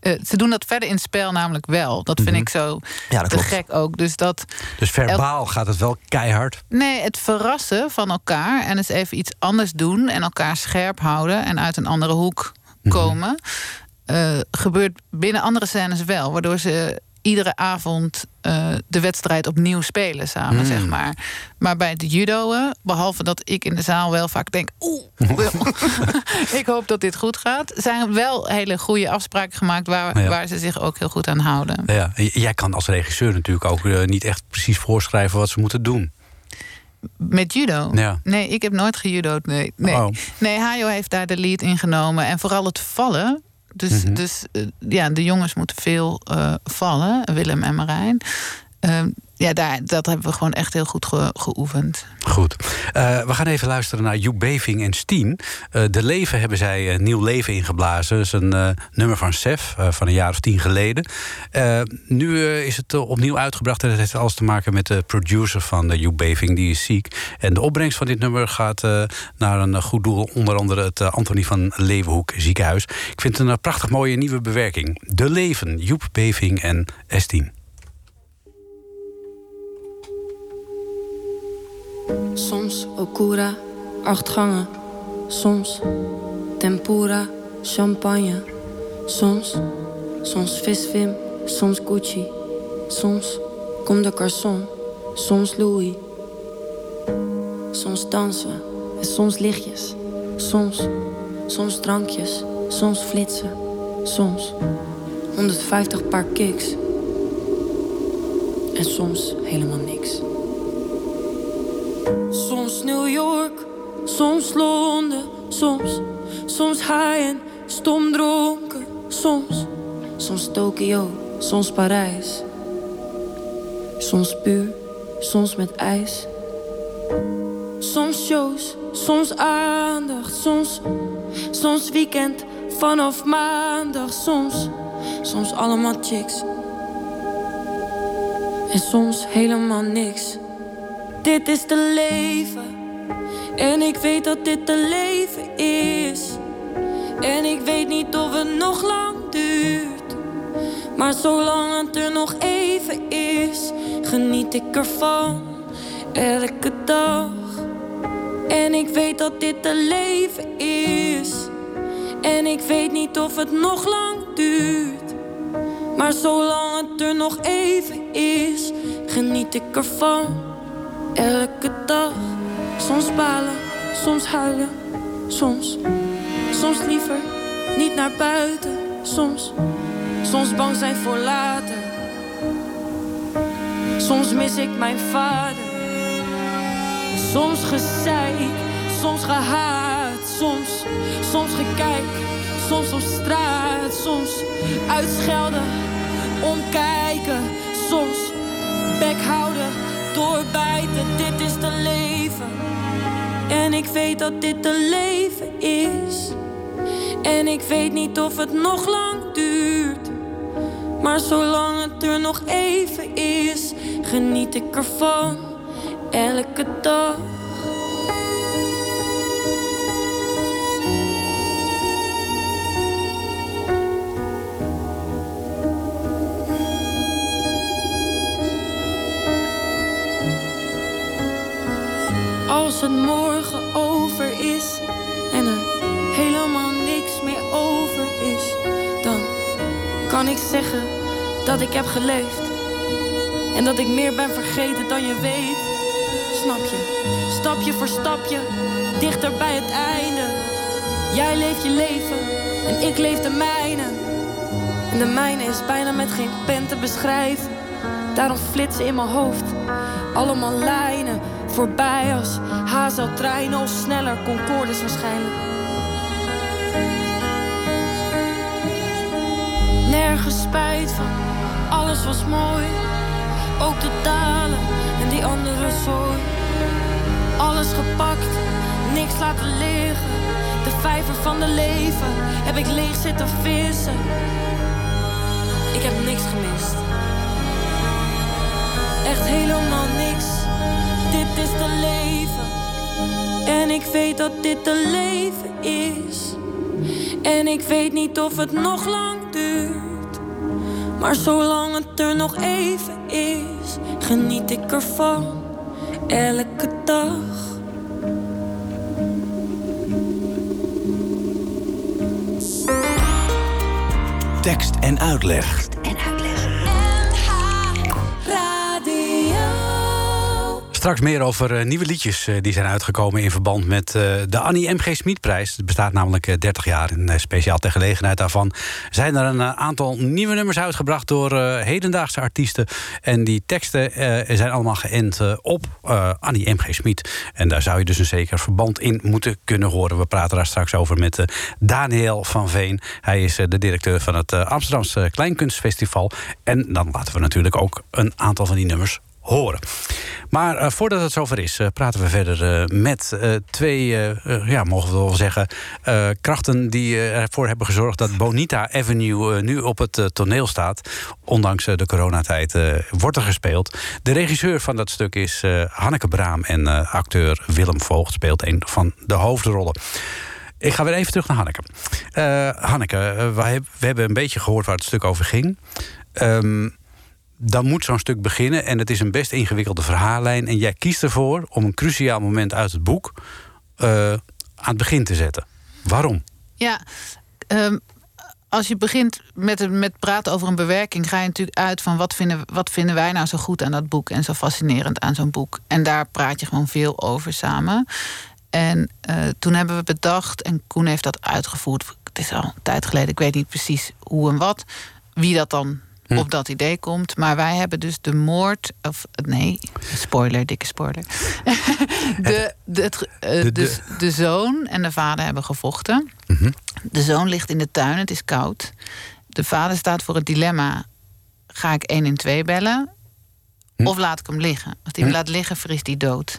Uh, ze doen dat verder in het spel namelijk wel. Dat vind Mhm. ik zo Ja, dat te klopt. gek ook. Dus dat Dus verbaal gaat het wel keihard. Nee, het verrassen van elkaar en eens even iets anders doen en elkaar scherp houden en uit een andere hoek komen, uh, gebeurt binnen andere scènes wel, waardoor ze iedere avond uh, de wedstrijd opnieuw spelen samen, Mm. zeg maar. Maar bij het judoën, behalve dat ik in de zaal wel vaak denk, oeh, ik hoop dat dit goed gaat, zijn wel hele goede afspraken gemaakt waar, Ja. waar ze zich ook heel goed aan houden. Ja, j- jij kan als regisseur natuurlijk ook uh, niet echt precies voorschrijven wat ze moeten doen. Met judo? Ja. Nee, ik heb nooit gejudo'd. Nee, nee. Oh. nee Hajo heeft daar de lead in genomen. En vooral het vallen. Dus, Mhm. dus uh, ja, de jongens moeten veel uh, vallen. Willem en Marijn. Uh, ja, daar, dat hebben we gewoon echt heel goed ge- geoefend. Goed. Uh, we gaan even luisteren naar Joep Beving en Stien. Uh, de Leven hebben zij uh, nieuw leven ingeblazen. Dat is een uh, nummer van Sef uh, van een jaar of tien geleden. Uh, nu uh, is het uh, opnieuw uitgebracht. En dat heeft alles te maken met de producer van uh, Joep Beving. Die is ziek. En de opbrengst van dit nummer gaat uh, naar een uh, goed doel. Onder andere het uh, Antonie van Leeuwenhoek ziekenhuis. Ik vind het een uh, prachtig mooie nieuwe bewerking. De Leven, Joep Beving en Estien. Soms Okura, acht gangen. Soms tempura, champagne. Soms, soms visvim, soms Gucci. Soms Comme de Garçon, soms Louis. Soms dansen en soms lichtjes. Soms, soms drankjes, soms flitsen. Soms honderdvijftig paar kicks. En soms helemaal niks. Soms New York, soms Londen, soms, soms high en stom dronken, soms, soms Tokio, soms Parijs, soms puur, soms met ijs, soms shows, soms aandacht, soms, soms weekend vanaf maandag, soms, soms allemaal chicks en soms helemaal niks. Dit is te leven. En ik weet dat dit te leven is. En ik weet niet of het nog lang duurt. Maar zolang het er nog even is, geniet ik ervan. Elke dag. En ik weet dat dit te leven is. En ik weet niet of het nog lang duurt. Maar zolang het er nog even is, geniet ik ervan. Elke dag, soms balen, soms huilen, soms, soms liever niet naar buiten, soms, soms bang zijn voor later, soms mis ik mijn vader, soms gezeik, soms gehaat, soms, soms gekijk, soms op straat, soms uitschelden, omkijken, soms bek houden. Doorbijten, dit is te leven. En ik weet dat dit te leven is. En ik weet niet of het nog lang duurt. Maar zolang het er nog even is, geniet ik ervan. Elke dag. Als het morgen over is en er helemaal niks meer over is, dan kan ik zeggen dat ik heb geleefd. En dat ik meer ben vergeten dan je weet. Snap je? Stapje voor stapje, dichter bij het einde. Jij leeft je leven en ik leef de mijne. En de mijne is bijna met geen pen te beschrijven. Daarom flitsen in mijn hoofd allemaal lijnen voorbij als H Z L-treinen of sneller, Concordes waarschijnlijk. Nergens spijt van, alles was mooi. Ook de dalen en die andere zooi. Alles gepakt, niks laten liggen. De vijver van de leven heb ik leeg zitten vissen. Ik heb niks gemist. Echt helemaal niks. Dit is te leven. En ik weet dat dit te leven is. En ik weet niet of het nog lang duurt. Maar zolang het er nog even is, geniet ik ervan, elke dag. Tekst en uitleg. Straks meer over uh, nieuwe liedjes uh, die zijn uitgekomen in verband met uh, de Annie M G Schmidprijs. Het bestaat namelijk uh, dertig jaar en uh, speciaal ter gelegenheid daarvan zijn er een uh, aantal nieuwe nummers uitgebracht door uh, hedendaagse artiesten. En die teksten uh, zijn allemaal geënt uh, op uh, Annie M G Schmid. En daar zou je dus een zeker verband in moeten kunnen horen. We praten daar straks over met uh, Daniel van Veen. Hij is uh, de directeur van het uh, Amsterdamse Kleinkunstfestival. En dan laten we natuurlijk ook een aantal van die nummers horen. Maar uh, voordat het zover is, uh, praten we verder uh, met uh, twee, uh, uh, ja, mogen we wel zeggen, uh, krachten die uh, ervoor hebben gezorgd dat Bonita Avenue uh, nu op het uh, toneel staat. Ondanks uh, de coronatijd uh, wordt er gespeeld. De regisseur van dat stuk is uh, Hanneke Braam en uh, acteur Willem Voogd speelt een van de hoofdrollen. Ik ga weer even terug naar Hanneke. Uh, Hanneke, uh, we, heb, we hebben een beetje gehoord waar het stuk over ging. Um, Dan moet zo'n stuk beginnen en het is een best ingewikkelde verhaallijn. En jij kiest ervoor om een cruciaal moment uit het boek uh, aan het begin te zetten. Waarom? Ja, um, als je begint met, met praten over een bewerking, ga je natuurlijk uit van wat vinden, wat vinden wij nou zo goed aan dat boek en zo fascinerend aan zo'n boek. En daar praat je gewoon veel over samen. En uh, toen hebben we bedacht, en Koen heeft dat uitgevoerd. Het is al een tijd geleden, ik weet niet precies hoe en wat, wie dat dan Hm. op dat idee komt. Maar wij hebben dus de moord, of nee, spoiler, dikke spoiler. de, de, het, uh, de, de, de zoon en de vader hebben gevochten. Mm-hmm. De zoon ligt in de tuin, het is koud. De vader staat voor het dilemma: ga ik één in twee bellen? Hm. Of laat ik hem liggen? Als hij hem hm. laat liggen, vriest hij dood.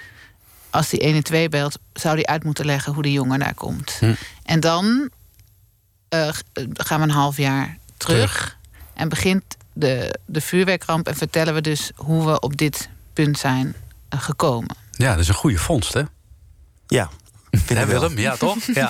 Als hij één in twee belt, zou hij uit moeten leggen hoe de jongen daar komt. Hm. En dan uh, gaan we een half jaar terug. terug. En begint de, de vuurwerkramp en vertellen we dus hoe we op dit punt zijn gekomen. Ja, dat is een goede vondst, hè? Ja. Hè, Willem? Ja, toch? Ja.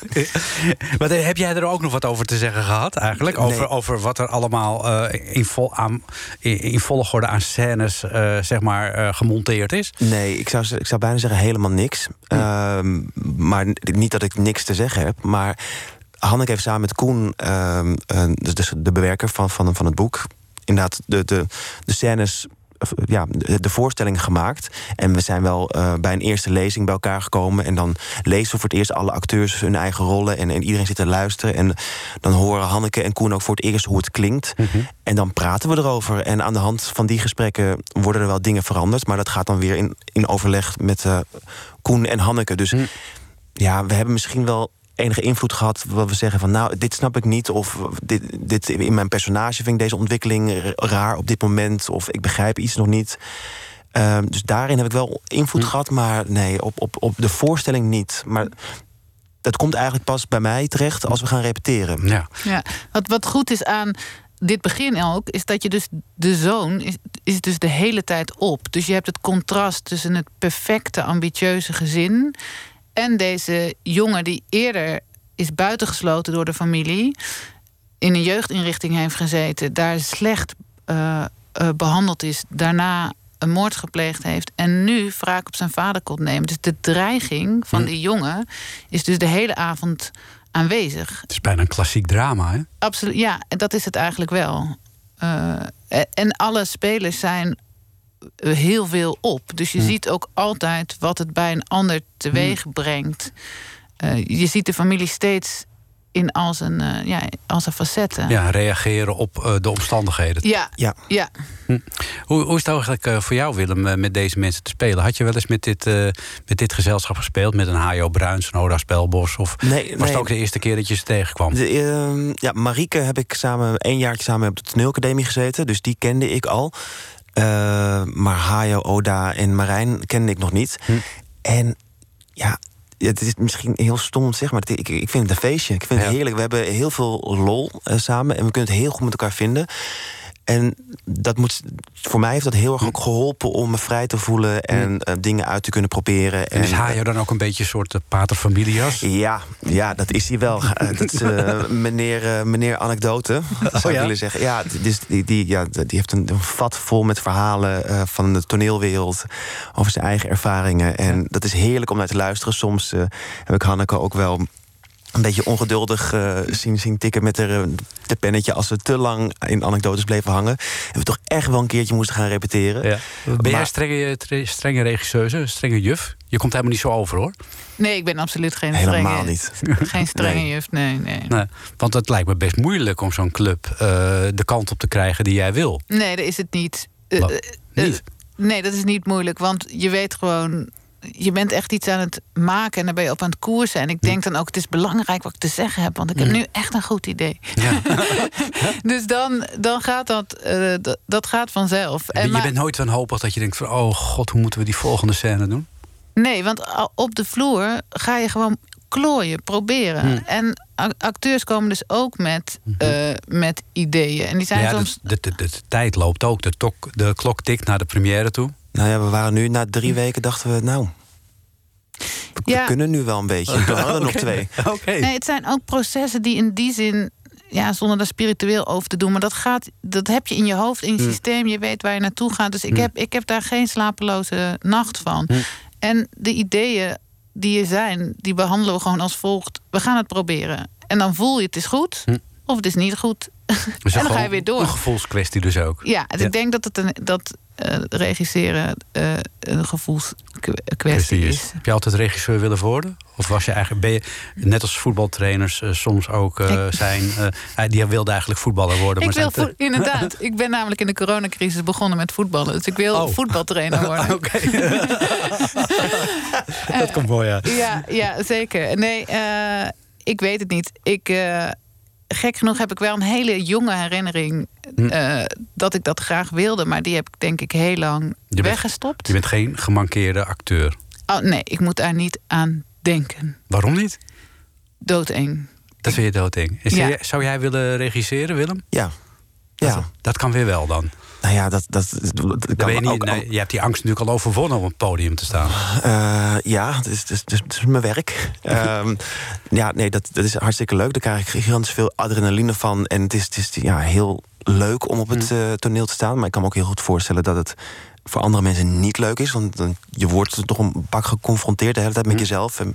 Maar heb jij er ook nog wat over te zeggen gehad, eigenlijk? Over, nee. over wat er allemaal uh, in, vol, aan, in, in volgorde aan scènes uh, zeg maar, uh, gemonteerd is? Nee, ik zou, ik zou bijna zeggen helemaal niks. Hm. Uh, maar niet dat ik niks te zeggen heb, maar Hanneke heeft samen met Koen, uh, uh, dus de bewerker van, van, van het boek, inderdaad de, de, de scènes, ja, de, de voorstelling gemaakt. En we zijn wel uh, bij een eerste lezing bij elkaar gekomen. En dan lezen we voor het eerst alle acteurs hun eigen rollen. En, en iedereen zit te luisteren. En dan horen Hanneke en Koen ook voor het eerst hoe het klinkt. Mm-hmm. En dan praten we erover. En aan de hand van die gesprekken worden er wel dingen veranderd. Maar dat gaat dan weer in, in overleg met uh, Koen en Hanneke. Dus mm. ja, we hebben misschien wel enige invloed gehad wat we zeggen van nou, dit snap ik niet, of dit, dit in mijn personage vind ik deze ontwikkeling raar op dit moment, of ik begrijp iets nog niet. Uh, dus daarin heb ik wel invloed hm. gehad, maar nee, op, op, op de voorstelling niet. Maar dat komt eigenlijk pas bij mij terecht als we gaan repeteren. Ja. Ja, wat, wat goed is aan dit begin ook, is dat je dus de zoon is, is dus de hele tijd op. Dus je hebt het contrast tussen het perfecte, ambitieuze gezin en deze jongen die eerder is buitengesloten door de familie, in een jeugdinrichting heeft gezeten, daar slecht uh, uh, behandeld is, daarna een moord gepleegd heeft en nu wraak op zijn vader komt nemen. Dus de dreiging van die jongen is dus de hele avond aanwezig. Het is bijna een klassiek drama, hè? Absoluut, ja, dat is het eigenlijk wel. Uh, en alle spelers zijn heel veel op. Dus je hmm. ziet ook altijd wat het bij een ander teweeg hmm. brengt. Uh, je ziet de familie steeds in al zijn, uh, ja, al zijn facetten. Ja, reageren op uh, de omstandigheden. Ja, ja. ja. Hm. Hoe, hoe is het eigenlijk uh, voor jou, Willem, uh, met deze mensen te spelen? Had je wel eens met dit, uh, met dit gezelschap gespeeld? Met een H J O Bruins, een Oda Spelbos? Of nee, was nee. het ook de eerste keer dat je ze tegenkwam? De, uh, ja, Marieke heb ik samen een jaartje samen op de toneelacademie gezeten. Dus die kende ik al. Uh, maar Hajo, Oda en Marijn kende ik nog niet. Hm. En ja, het is misschien heel stom, zeg maar. Ik, ik vind het een feestje. Ik vind het ja. heerlijk. We hebben heel veel lol uh, samen en we kunnen het heel goed met elkaar vinden. En dat moet, voor mij heeft dat heel erg ook geholpen om me vrij te voelen en uh, dingen uit te kunnen proberen. En is Hajo dan ook een beetje een soort uh, pater familias? Ja, ja, dat is hij wel. Uh, dat is uh, meneer, uh, meneer anekdote, zou ik oh, ja? willen zeggen. Ja, die, die, die, ja, die heeft een, een vat vol met verhalen uh, van de toneelwereld over zijn eigen ervaringen. En ja. dat is heerlijk om naar te luisteren. Soms uh, heb ik Hanneke ook wel een beetje ongeduldig uh, zien, zien tikken met haar de pennetje als we te lang in anekdotes bleven hangen. En we toch echt wel een keertje moesten gaan repeteren. Ja. Ben maar, jij strenge, strenge regisseuse, strenge juf? Je komt helemaal niet zo over, hoor. Nee, ik ben absoluut geen Helemaal strenge, niet. Geen strenge nee. juf, nee, nee. nee. Want het lijkt me best moeilijk om zo'n club uh, de kant op te krijgen die jij wil. Nee, dat is het niet. Uh, niet? Uh, nee, dat is niet moeilijk, want je weet gewoon, je bent echt iets aan het maken en dan ben je op aan het koersen. En ik denk dan ook, het is belangrijk wat ik te zeggen heb, want ik heb nu echt een goed idee. Ja. Dus dan, dan gaat dat, uh, dat, dat gaat vanzelf. En je maar, bent nooit wanhopig dat je denkt van, oh god, hoe moeten we die volgende scène doen? Nee, want op de vloer ga je gewoon klooien, proberen. Hmm. En acteurs komen dus ook met, uh, met ideeën. En die zijn ja, soms... de, de, de, de tijd loopt ook. De, tok, de klok tikt naar de première toe. Nou ja, we waren nu na drie weken, dachten we, nou, we, ja. we kunnen nu wel een beetje. We hadden er okay. nog twee. Okay. Nee, het zijn ook processen die in die zin, ja, zonder daar spiritueel over te doen, maar dat gaat, dat heb je in je hoofd, in je mm. systeem. Je weet waar je naartoe gaat. Dus ik, mm. heb, ik heb daar geen slapeloze nacht van. Mm. En de ideeën die er zijn, die behandelen we gewoon als volgt. We gaan het proberen. En dan voel je het is goed, mm. of het is niet goed. Dus en dan ga je weer door. Een gevoelskwestie dus ook. Ja, dus ja. ik denk dat het een, dat uh, regisseren uh, een gevoelskwestie is. is. Heb je altijd regisseur willen worden? Of was je eigenlijk, ben je net als voetbaltrainers uh, soms ook uh, ik, zijn? Uh, die wilde eigenlijk voetballer worden. Ik maar wil zijn te... Inderdaad. Ik ben namelijk in de coronacrisis begonnen met voetballen. Dus ik wil oh. voetbaltrainer worden. Oké. Dat komt mooi, ja. Ja, ja zeker. Nee, uh, ik weet het niet. Ik... Uh, Gek genoeg heb ik wel een hele jonge herinnering uh, dat ik dat graag wilde. Maar die heb ik denk ik heel lang je weggestopt. Bent, je bent geen gemankeerde acteur? Oh nee, ik moet daar niet aan denken. Waarom niet? Doodeng. Dat vind je doodeng. Is ja. jij, zou jij willen regisseren, Willem? Ja. ja. Dat, dat kan weer wel dan. Nou ja, dat, dat, dat kan ben je, niet, ook, nee, je hebt die angst natuurlijk al overwonnen om op het podium te staan. Uh, ja, het is, het, is, het is mijn werk. um, ja, nee, dat, dat is hartstikke leuk. Daar krijg ik gigantisch veel adrenaline van. En het is, het is ja, heel leuk om op het uh, toneel te staan. Maar ik kan me ook heel goed voorstellen dat het voor andere mensen niet leuk is. Want dan, je wordt toch een pak geconfronteerd de hele tijd met mm. jezelf. En,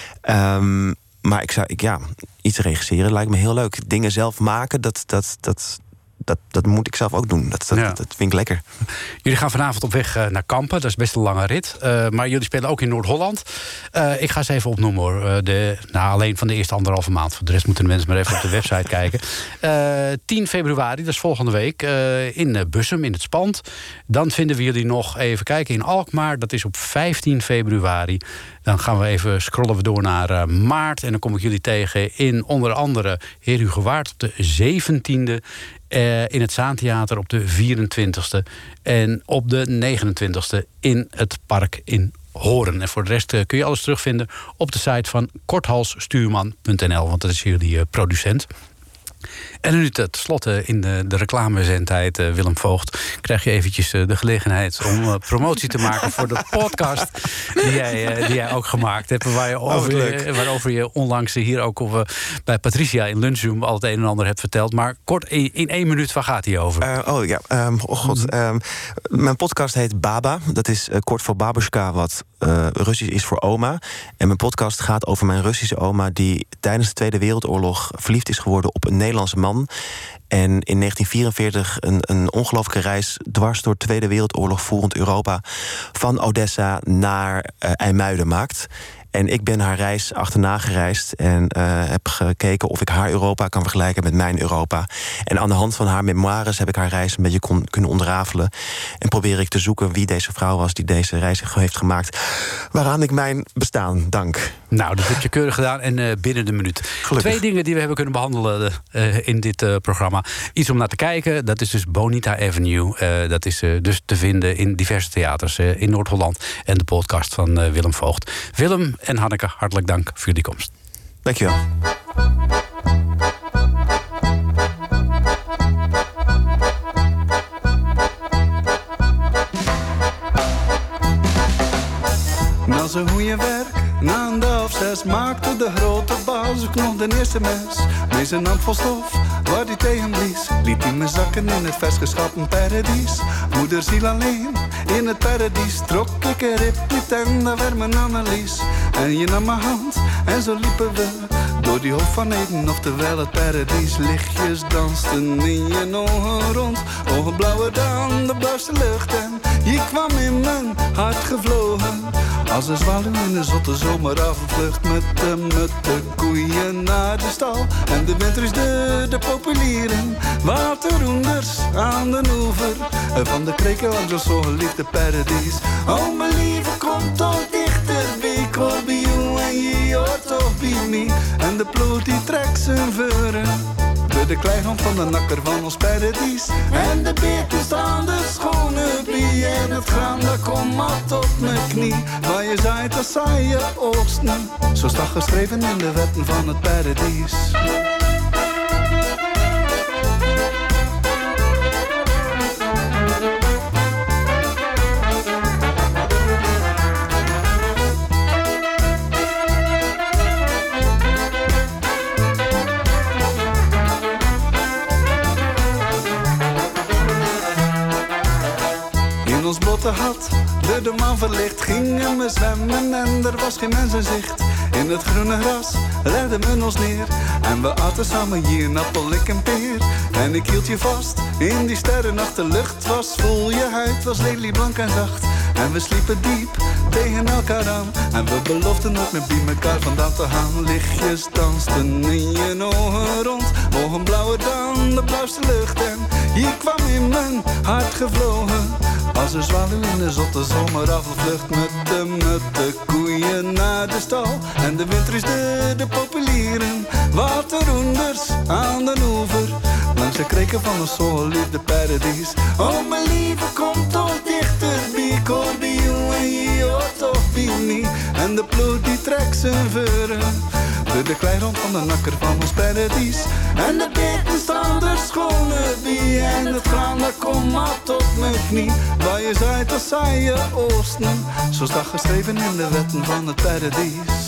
um, maar ik zou, ik, ja, iets regisseren lijkt me heel leuk. Dingen zelf maken, dat... dat, dat Dat, dat moet ik zelf ook doen. Dat, dat, ja. dat vind ik lekker. Jullie gaan vanavond op weg uh, naar Kampen. Dat is best een lange rit. Uh, maar jullie spelen ook in Noord-Holland. Uh, ik ga ze even opnoemen hoor. Uh, de, nou, alleen van de eerste anderhalve maand. Voor de rest moeten de mensen maar even op de website kijken. Uh, tien februari, dat is volgende week. Uh, in uh, Bussum, in het Spand. Dan vinden we jullie nog even kijken in Alkmaar. Dat is op vijftien februari. Dan gaan we even scrollen we door naar uh, maart. En dan kom ik jullie tegen in onder andere Heer Hugo Waard op de zeventiende. Uh, in het Zaantheater op de vierentwintigste. En op de negenentwintigste in het park in Hoorn. En voor de rest uh, kun je alles terugvinden op de site van korthalsstuurman punt n l. Want dat is jullie uh, producent. En nu ten slotte in de, de reclamezendtijd, uh, Willem Voogd, krijg je eventjes uh, de gelegenheid om uh, promotie te maken voor de podcast die jij, uh, die jij ook gemaakt hebt. Waar je over, uh, waarover je onlangs hier ook op, uh, bij Patricia in Lunchroom al het een en ander hebt verteld. Maar kort, in, in één minuut, waar gaat hij over? Uh, oh ja, um, oh god. Um, mijn podcast heet Baba. Dat is uh, kort voor babushka, wat uh, Russisch is voor oma. En mijn podcast gaat over mijn Russische oma die tijdens de Tweede Wereldoorlog verliefd is geworden op een Nederlandse man. En in negentien vierenveertig een, een ongelooflijke reis dwars door de Tweede Wereldoorlog voerend Europa van Odessa naar uh, IJmuiden maakt. En ik ben haar reis achterna gereisd en uh, heb gekeken of ik haar Europa kan vergelijken met mijn Europa. En aan de hand van haar memoires heb ik haar reis een beetje kon, kunnen ontrafelen. En probeer ik te zoeken wie deze vrouw was die deze reis heeft gemaakt. Waaraan ik mijn bestaan dank. Nou, dat heb je keurig gedaan en uh, binnen de minuut. Gelukkig. Twee dingen die we hebben kunnen behandelen uh, in dit uh, programma. Iets om naar te kijken, dat is dus Bonita Avenue. Uh, dat is uh, dus te vinden in diverse theaters uh, in Noord-Holland. En de podcast van uh, Willem Voogd. Willem en Hanneke, hartelijk dank voor jullie komst. Dankjewel. was een goeie werk. Na een dag of zes maakte de grote baas ook nog de eerste mes. Met zijn hand vol stof, waar hij tegen blies, liet hij me zakken in het vers geschapen paradies. Moeder ziel alleen, in het paradies trok ik een rippiet en daar werd mijn Annelies. En je nam mijn hand en zo liepen we door die hof van Eden, oftewel het paradies. Lichtjes dansten in je ogen rond, ogen blauwer dan de blauwste lucht. En je kwam in mijn hart gevlogen, als een zwaluw in de zotte zomeravondvlucht. Met de mutte koeien naar de stal en de winter is de, de populieren. Waterroenders aan de oever van de kreken langs ons zo geliefde paradies. Oh mijn lieve, kom toch dichter, ik hoor bij jou en je hoort toch bij me. En de ploeg die trekt zijn veuren door de kleigrond van de nakker van ons paradies. En de beertjes staan de schone brie en het graan dat komt mat op mijn knie. Waar je zaait, dat zaai je oogsten. Zo staat geschreven in de wetten van het paradies. Ons blote had, door de maan verlicht, gingen we zwemmen en er was geen mens in zicht. In het groene gras legden we ons neer en we aten samen hier een appel, ik en peer. En ik hield je vast in die sterrennacht, de lucht was vol, je huid was lelieblank en zacht. En we sliepen diep tegen elkaar aan en we beloofden nooit meer bij elkaar vandaan te gaan. Lichtjes dansten in je ogen rond, ogen blauwer dan de blauwste lucht. En je kwam in mijn hart gevlogen, als een zwaluw in de zotte zomeravondvlucht. Met de mutte koeien naar de stal en de winter is de, de populieren. Waterroenders aan de oever, langs de kreken van ons zo geliefde paradies. Oh mijn lieve, kom toch dichter, ik hoor bij jou en je hoort toch bij me. En de ploeg die trekt zijn veuren door de kleigrond van de nakker van ons paradies. En de beten staan er schone bij en het graan dat komt mat op mijn knie. Waar je zaait, dat zaai je oosten. Zo staat geschreven in de wetten van het paradies.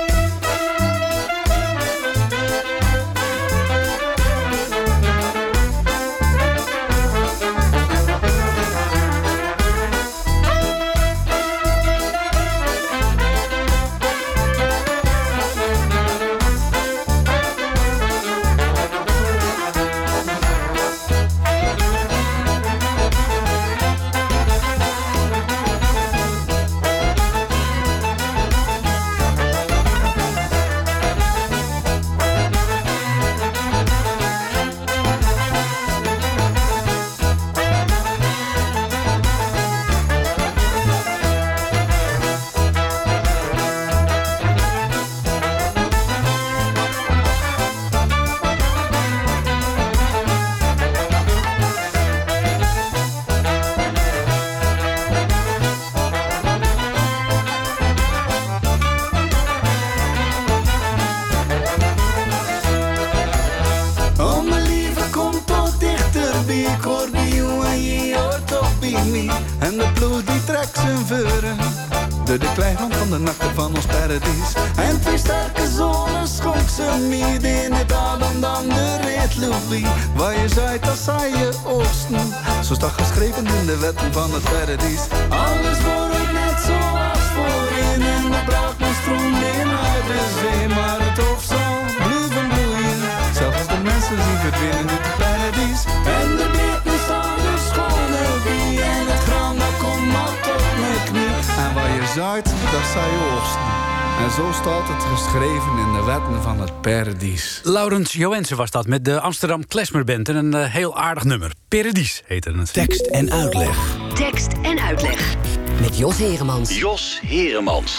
En de ploeg die trekt zijn veuren door de kleigrond van de nakker van ons paradies. En twee sterke zonen schonk ze midden in het adem dan de rit Louis. Waar je zaait, dat zaai je oosten. Zo staat geschreven in de wetten van het paradies. Alles wordt net zoals voorin en de braak mijn stroom in uit de zee. Maar het hoofd zal blijven bloeien, zelfs als de mensen die verdwijnen uit het paradies. En de beten staan er schone wie en het graan dat komt mat op mijn knie. En waar je zaait, dat zij je oogsten. En zo staat het geschreven in de wetten van het paradies. Laurens Joensen was dat met de Amsterdam Klezmer Band. En een uh, heel aardig nummer. Paradies heette het. Tekst en uitleg. Tekst en uitleg. Met Jos Heremans. Jos Heremans.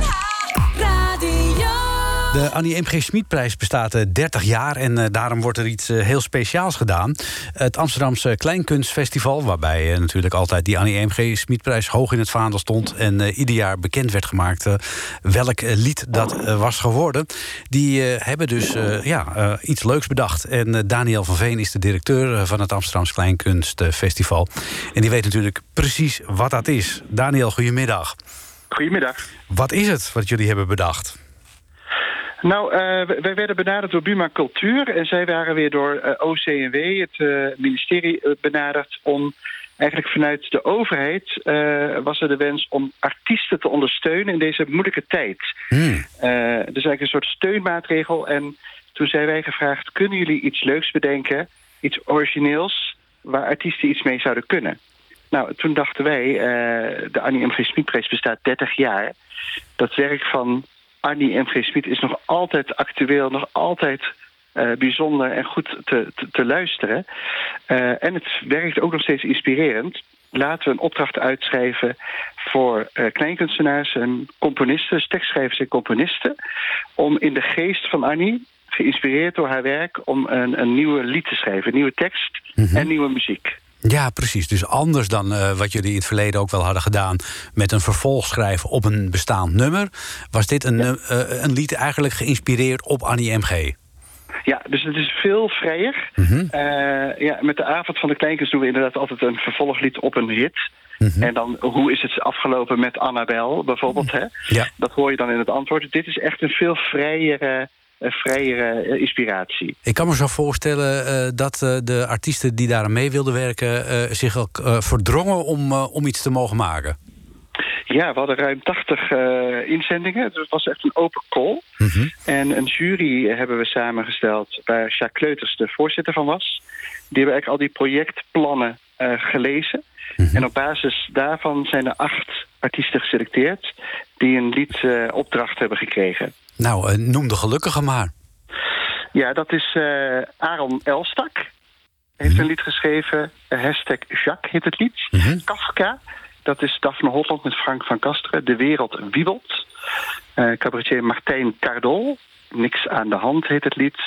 Radio. De Annie M G Schmidprijs bestaat uh, dertig jaar en uh, daarom wordt er iets uh, heel speciaals gedaan. Het Amsterdamse Kleinkunstfestival, waarbij uh, natuurlijk altijd die Annie M G Schmidprijs hoog in het vaandel stond en uh, ieder jaar bekend werd gemaakt uh, welk uh, lied dat uh, was geworden. Die uh, hebben dus uh, ja, uh, iets leuks bedacht. En uh, Daniel van Veen is de directeur uh, van het Amsterdamse Kleinkunstfestival. En die weet natuurlijk precies wat dat is. Daniel, goedemiddag. Goedemiddag. Wat is het wat jullie hebben bedacht? Nou, uh, wij werden benaderd door Buma Cultuur en zij waren weer door uh, O C M W, het uh, ministerie, uh, benaderd om eigenlijk vanuit de overheid uh, was er de wens om artiesten te ondersteunen in deze moeilijke tijd. Hmm. Uh, dus eigenlijk een soort steunmaatregel. En toen zijn wij gevraagd, kunnen jullie iets leuks bedenken, iets origineels, waar artiesten iets mee zouden kunnen? Nou, toen dachten wij, uh, de Annie M G Schmid-prijs bestaat dertig jaar. Dat werk van Annie M G Schmid is nog altijd actueel, nog altijd uh, bijzonder en goed te, te, te luisteren. Uh, en het werkt ook nog steeds inspirerend. Laten we een opdracht uitschrijven voor uh, kleinkunstenaars en componisten, dus tekstschrijvers en componisten, om in de geest van Annie, geïnspireerd door haar werk, om een, een nieuwe lied te schrijven, een nieuwe tekst mm-hmm. en nieuwe muziek. Ja, precies. Dus anders dan uh, wat jullie in het verleden ook wel hadden gedaan met een vervolg schrijven op een bestaand nummer, was dit een, ja. uh, een lied eigenlijk geïnspireerd op Annie M G. Ja, dus het is veel vrijer. Mm-hmm. Uh, ja, met de avond van de kleinkunst doen we inderdaad altijd een vervolglied op een hit. Mm-hmm. En dan, hoe is het afgelopen met Annabel bijvoorbeeld? Hè? Ja. Dat hoor je dan in het antwoord. Dit is echt een veel vrijere, uh, vrijere uh, inspiratie. Ik kan me zo voorstellen uh, dat uh, de artiesten die daar aan mee wilden werken uh, zich ook uh, verdrongen om, uh, om iets te mogen maken. Ja, we hadden ruim tachtig uh, inzendingen. Dus het was echt een open call. Mm-hmm. En een jury hebben we samengesteld waar Jacques Kleuters de voorzitter van was. Die hebben eigenlijk al die projectplannen uh, gelezen. Mm-hmm. En op basis daarvan zijn er acht artiesten geselecteerd die een liedopdracht uh, hebben gekregen. Nou, uh, noem de gelukkige maar. Ja, dat is uh, Aaron Elstak. Heeft mm-hmm. een lied geschreven. Uh, hashtag Jacques heet het lied. Mm-hmm. Kafka. Dat is Daphne Holland met Frank van Kasteren. De wereld wiebelt. Uh, cabaretier Martijn Cardol. Niks aan de hand heet het lied.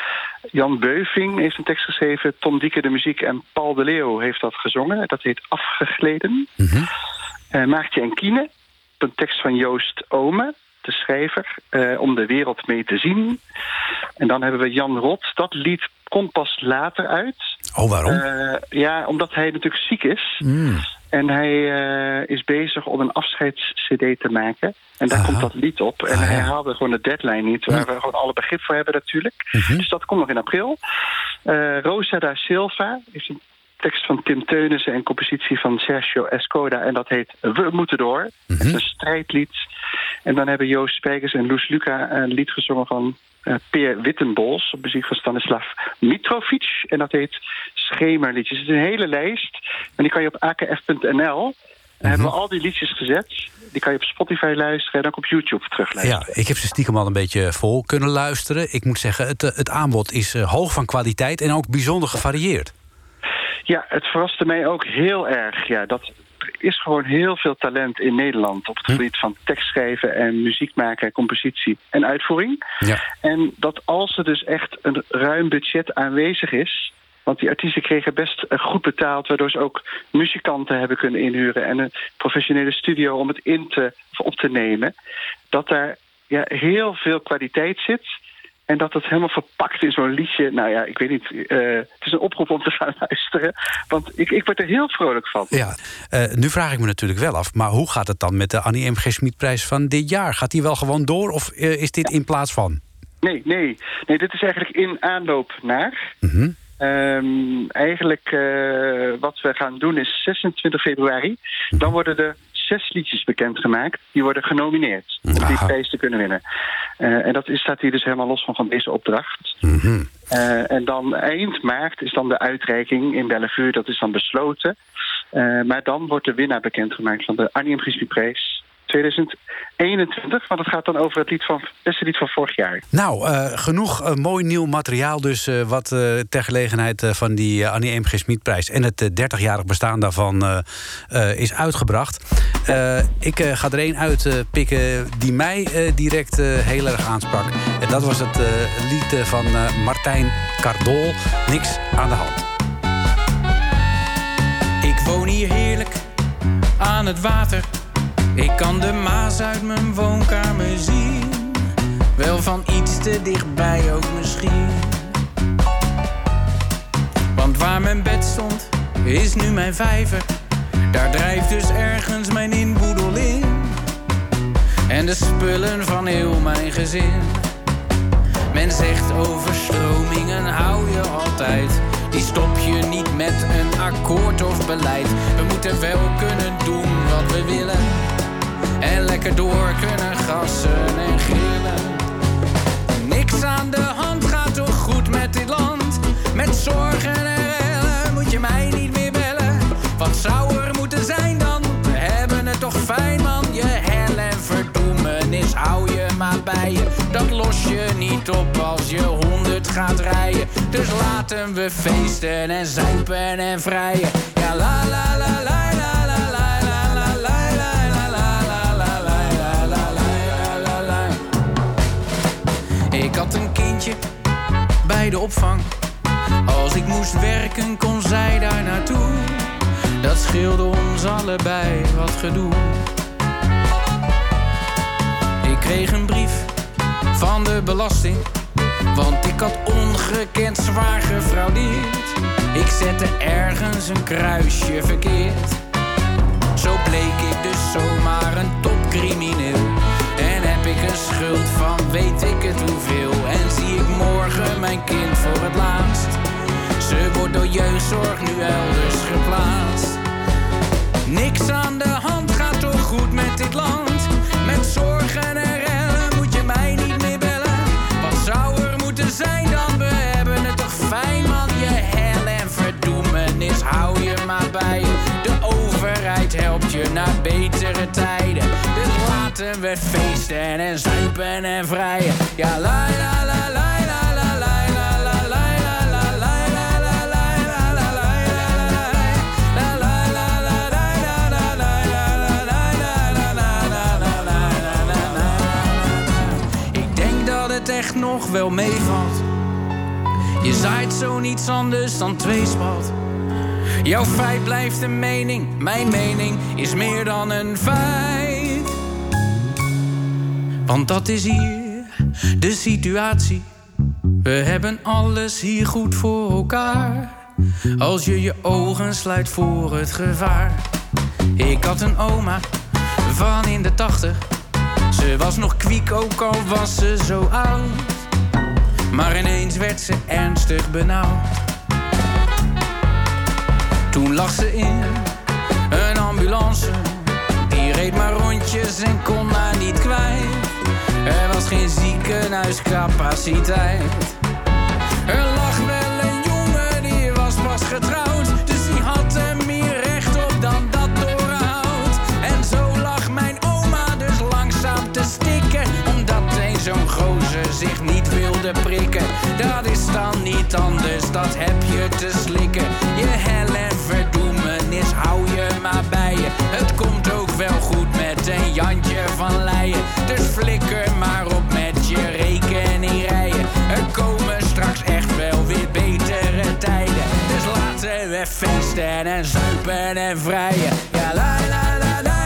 Jan Beuving heeft een tekst geschreven. Tom Dieke de muziek en Paul de Leeuw heeft dat gezongen. Dat heet Afgegleden. Mm-hmm. Uh, Maartje en Kiene. Een tekst van Joost Ome, de schrijver. Uh, om de wereld mee te zien. En dan hebben we Jan Rot. Dat lied komt pas later uit. Oh, waarom? Uh, ja, omdat hij natuurlijk ziek is. Mm. En hij uh, is bezig om een afscheids-C D te maken. En daar Aha. komt dat lied op. En ah, hij ja. haalde gewoon de deadline niet. Waar mm. we gewoon alle begrip voor hebben natuurlijk. Mm-hmm. Dus dat komt nog in april. Uh, Rosa da Silva is een tekst van Tim Teunissen en compositie van Sergio Escoda. En dat heet We Moeten Door. Mm-hmm. Het is een strijdlied. En dan hebben Joost Spijkers en Loes Luca een lied gezongen van uh, Peer Wittenbols. Op muziek van Stanislav Mitrovic. En dat heet Schemerliedjes. Het is een hele lijst. En die kan je op a k f punt n l. Mm-hmm. Hebben we al die liedjes gezet. Die kan je op Spotify luisteren en ook op YouTube terugluisteren. Ja, ik heb ze stiekem al een beetje vol kunnen luisteren. Ik moet zeggen, het, het aanbod is uh, hoog van kwaliteit en ook bijzonder gevarieerd. Ja, het verraste mij ook heel erg. Ja, dat er is gewoon heel veel talent in Nederland op het gebied van tekstschrijven en muziek maken, compositie en uitvoering. Ja. En dat als er dus echt een ruim budget aanwezig is, want die artiesten kregen best goed betaald, waardoor ze ook muzikanten hebben kunnen inhuren en een professionele studio om het in te, op te nemen, dat daar ja, heel veel kwaliteit zit. En dat het helemaal verpakt in zo'n liedje. Nou ja, ik weet niet. Uh, het is een oproep om te gaan luisteren. Want ik, ik word er heel vrolijk van. Ja, uh, nu vraag ik me natuurlijk wel af. Maar hoe gaat het dan met de Annie M G Schmid-prijs van dit jaar? Gaat die wel gewoon door of uh, is dit ja. in plaats van? Nee, nee. Nee, dit is eigenlijk in aanloop naar. Mm-hmm. Um, eigenlijk uh, wat we gaan doen is zesentwintig februari. Mm-hmm. Dan worden de zes liedjes bekendgemaakt. Die worden genomineerd om die prijs te kunnen winnen. Uh, en dat is, staat hier dus helemaal los van, van deze opdracht. Mm-hmm. Uh, en dan eind maart is dan de uitreiking in Bellevue. Dat is dan besloten. Uh, maar dan wordt de winnaar bekendgemaakt van de Annie M G Schmid-prijs tweeduizend eenentwintig, want het gaat dan over het lied van, beste lied van vorig jaar. Nou, uh, genoeg uh, mooi nieuw materiaal dus, uh, wat uh, ter gelegenheid uh, van die uh, Annie M G Schmid-prijs en het uh, dertigjarig bestaan daarvan uh, uh, is uitgebracht. Uh, ik uh, ga er één uit uh, pikken die mij uh, direct uh, heel erg aansprak. En dat was het uh, lied uh, van uh, Martijn Cardol, Niks aan de hand. Ik woon hier heerlijk aan het water. Ik kan de Maas uit mijn woonkamer zien. Wel van iets te dichtbij ook misschien. Want waar mijn bed stond, is nu mijn vijver. Daar drijft dus ergens mijn inboedel in. en de spullen van heel mijn gezin. Men zegt overstromingen hou je altijd. Die stop je niet met een akkoord of beleid. We moeten wel kunnen doen wat we willen. En lekker door kunnen gassen en gillen. Niks aan de hand gaat toch goed met dit land. Met zorgen en rellen moet je mij niet meer bellen. Wat zou er moeten zijn dan? We hebben het toch fijn man. Je hel en verdoemenis hou je maar bij je. Dat los je niet op als je honderd gaat rijden. Dus laten we feesten en zuipen en vrijen. Ja la la la la. Ik had een kindje bij de opvang. Als ik moest werken kon zij daar naartoe. Dat scheelde ons allebei wat gedoe. Ik kreeg een brief van de belasting, want ik had ongekend zwaar gefraudeerd. Ik zette ergens een kruisje verkeerd. Zo bleek ik dus zomaar een topcrimineel. En heb ik een schuld van weet ik het hoeveel. En zie ik morgen mijn kind voor het laatst. Ze wordt door jeugdzorg nu elders geplaatst. Niks aan de hand gaat toch goed met dit land. Met zorgen en rellen moet je mij niet meer bellen. Wat zou er moeten zijn dan? We hebben het toch fijn man. Je hel en verdoemenis hou je maar bij je. De overheid helpt je naar betere tijden. Dus laten we feesten en zuipen en vrijen. Ja la la la la. Echt nog wel meevalt. Je zaait zo niets anders dan tweespalt. Jouw feit blijft een mening, mijn mening is meer dan een feit. Want dat is hier de situatie. We hebben alles hier goed voor elkaar. Als je je ogen sluit voor het gevaar. Ik had een oma van in de tachtig. Ze was nog kwiek, ook al was ze zo oud. Maar ineens werd ze ernstig benauwd. Toen lag ze in een ambulance. Die reed maar rondjes en kon haar niet kwijt. Er was geen ziekenhuiscapaciteit. Er lag wel een jongen, die was pas getrouwd. Dus die had er meer recht op dan dat doorhoud. En zo lag mijn oma dus langzaam te stikken. Omdat een zo'n gozer zich niet wilde prikken. Dat is dan niet anders, dat heb je te slikken. Je hel en verdoemenis hou je maar bij je. Het komt ook wel goed met een Jantje van Leyen. Dus flikker maar op met je rekeningrijen. Er komen straks echt wel weer betere tijden. Dus laten we feesten en zuipen en vrijen. Ja la la la la.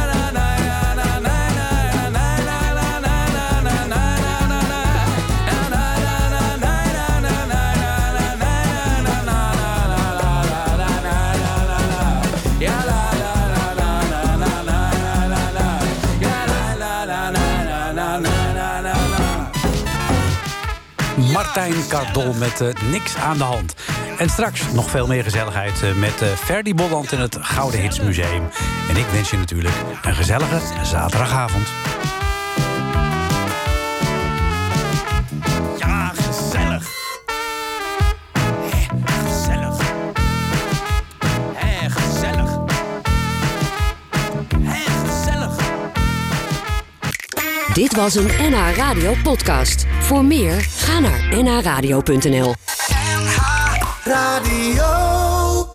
Martijn Cardol met uh, niks aan de hand. En straks nog veel meer gezelligheid uh, met uh, Ferdy Bolland in het Gouden Hits Museum. En ik wens je natuurlijk een gezellige zaterdagavond. Ja, gezellig. Hé, gezellig. Hé, gezellig. Hé, gezellig. Dit was een N H Radio podcast. Voor meer, ga naar n h radio punt n l. Radio.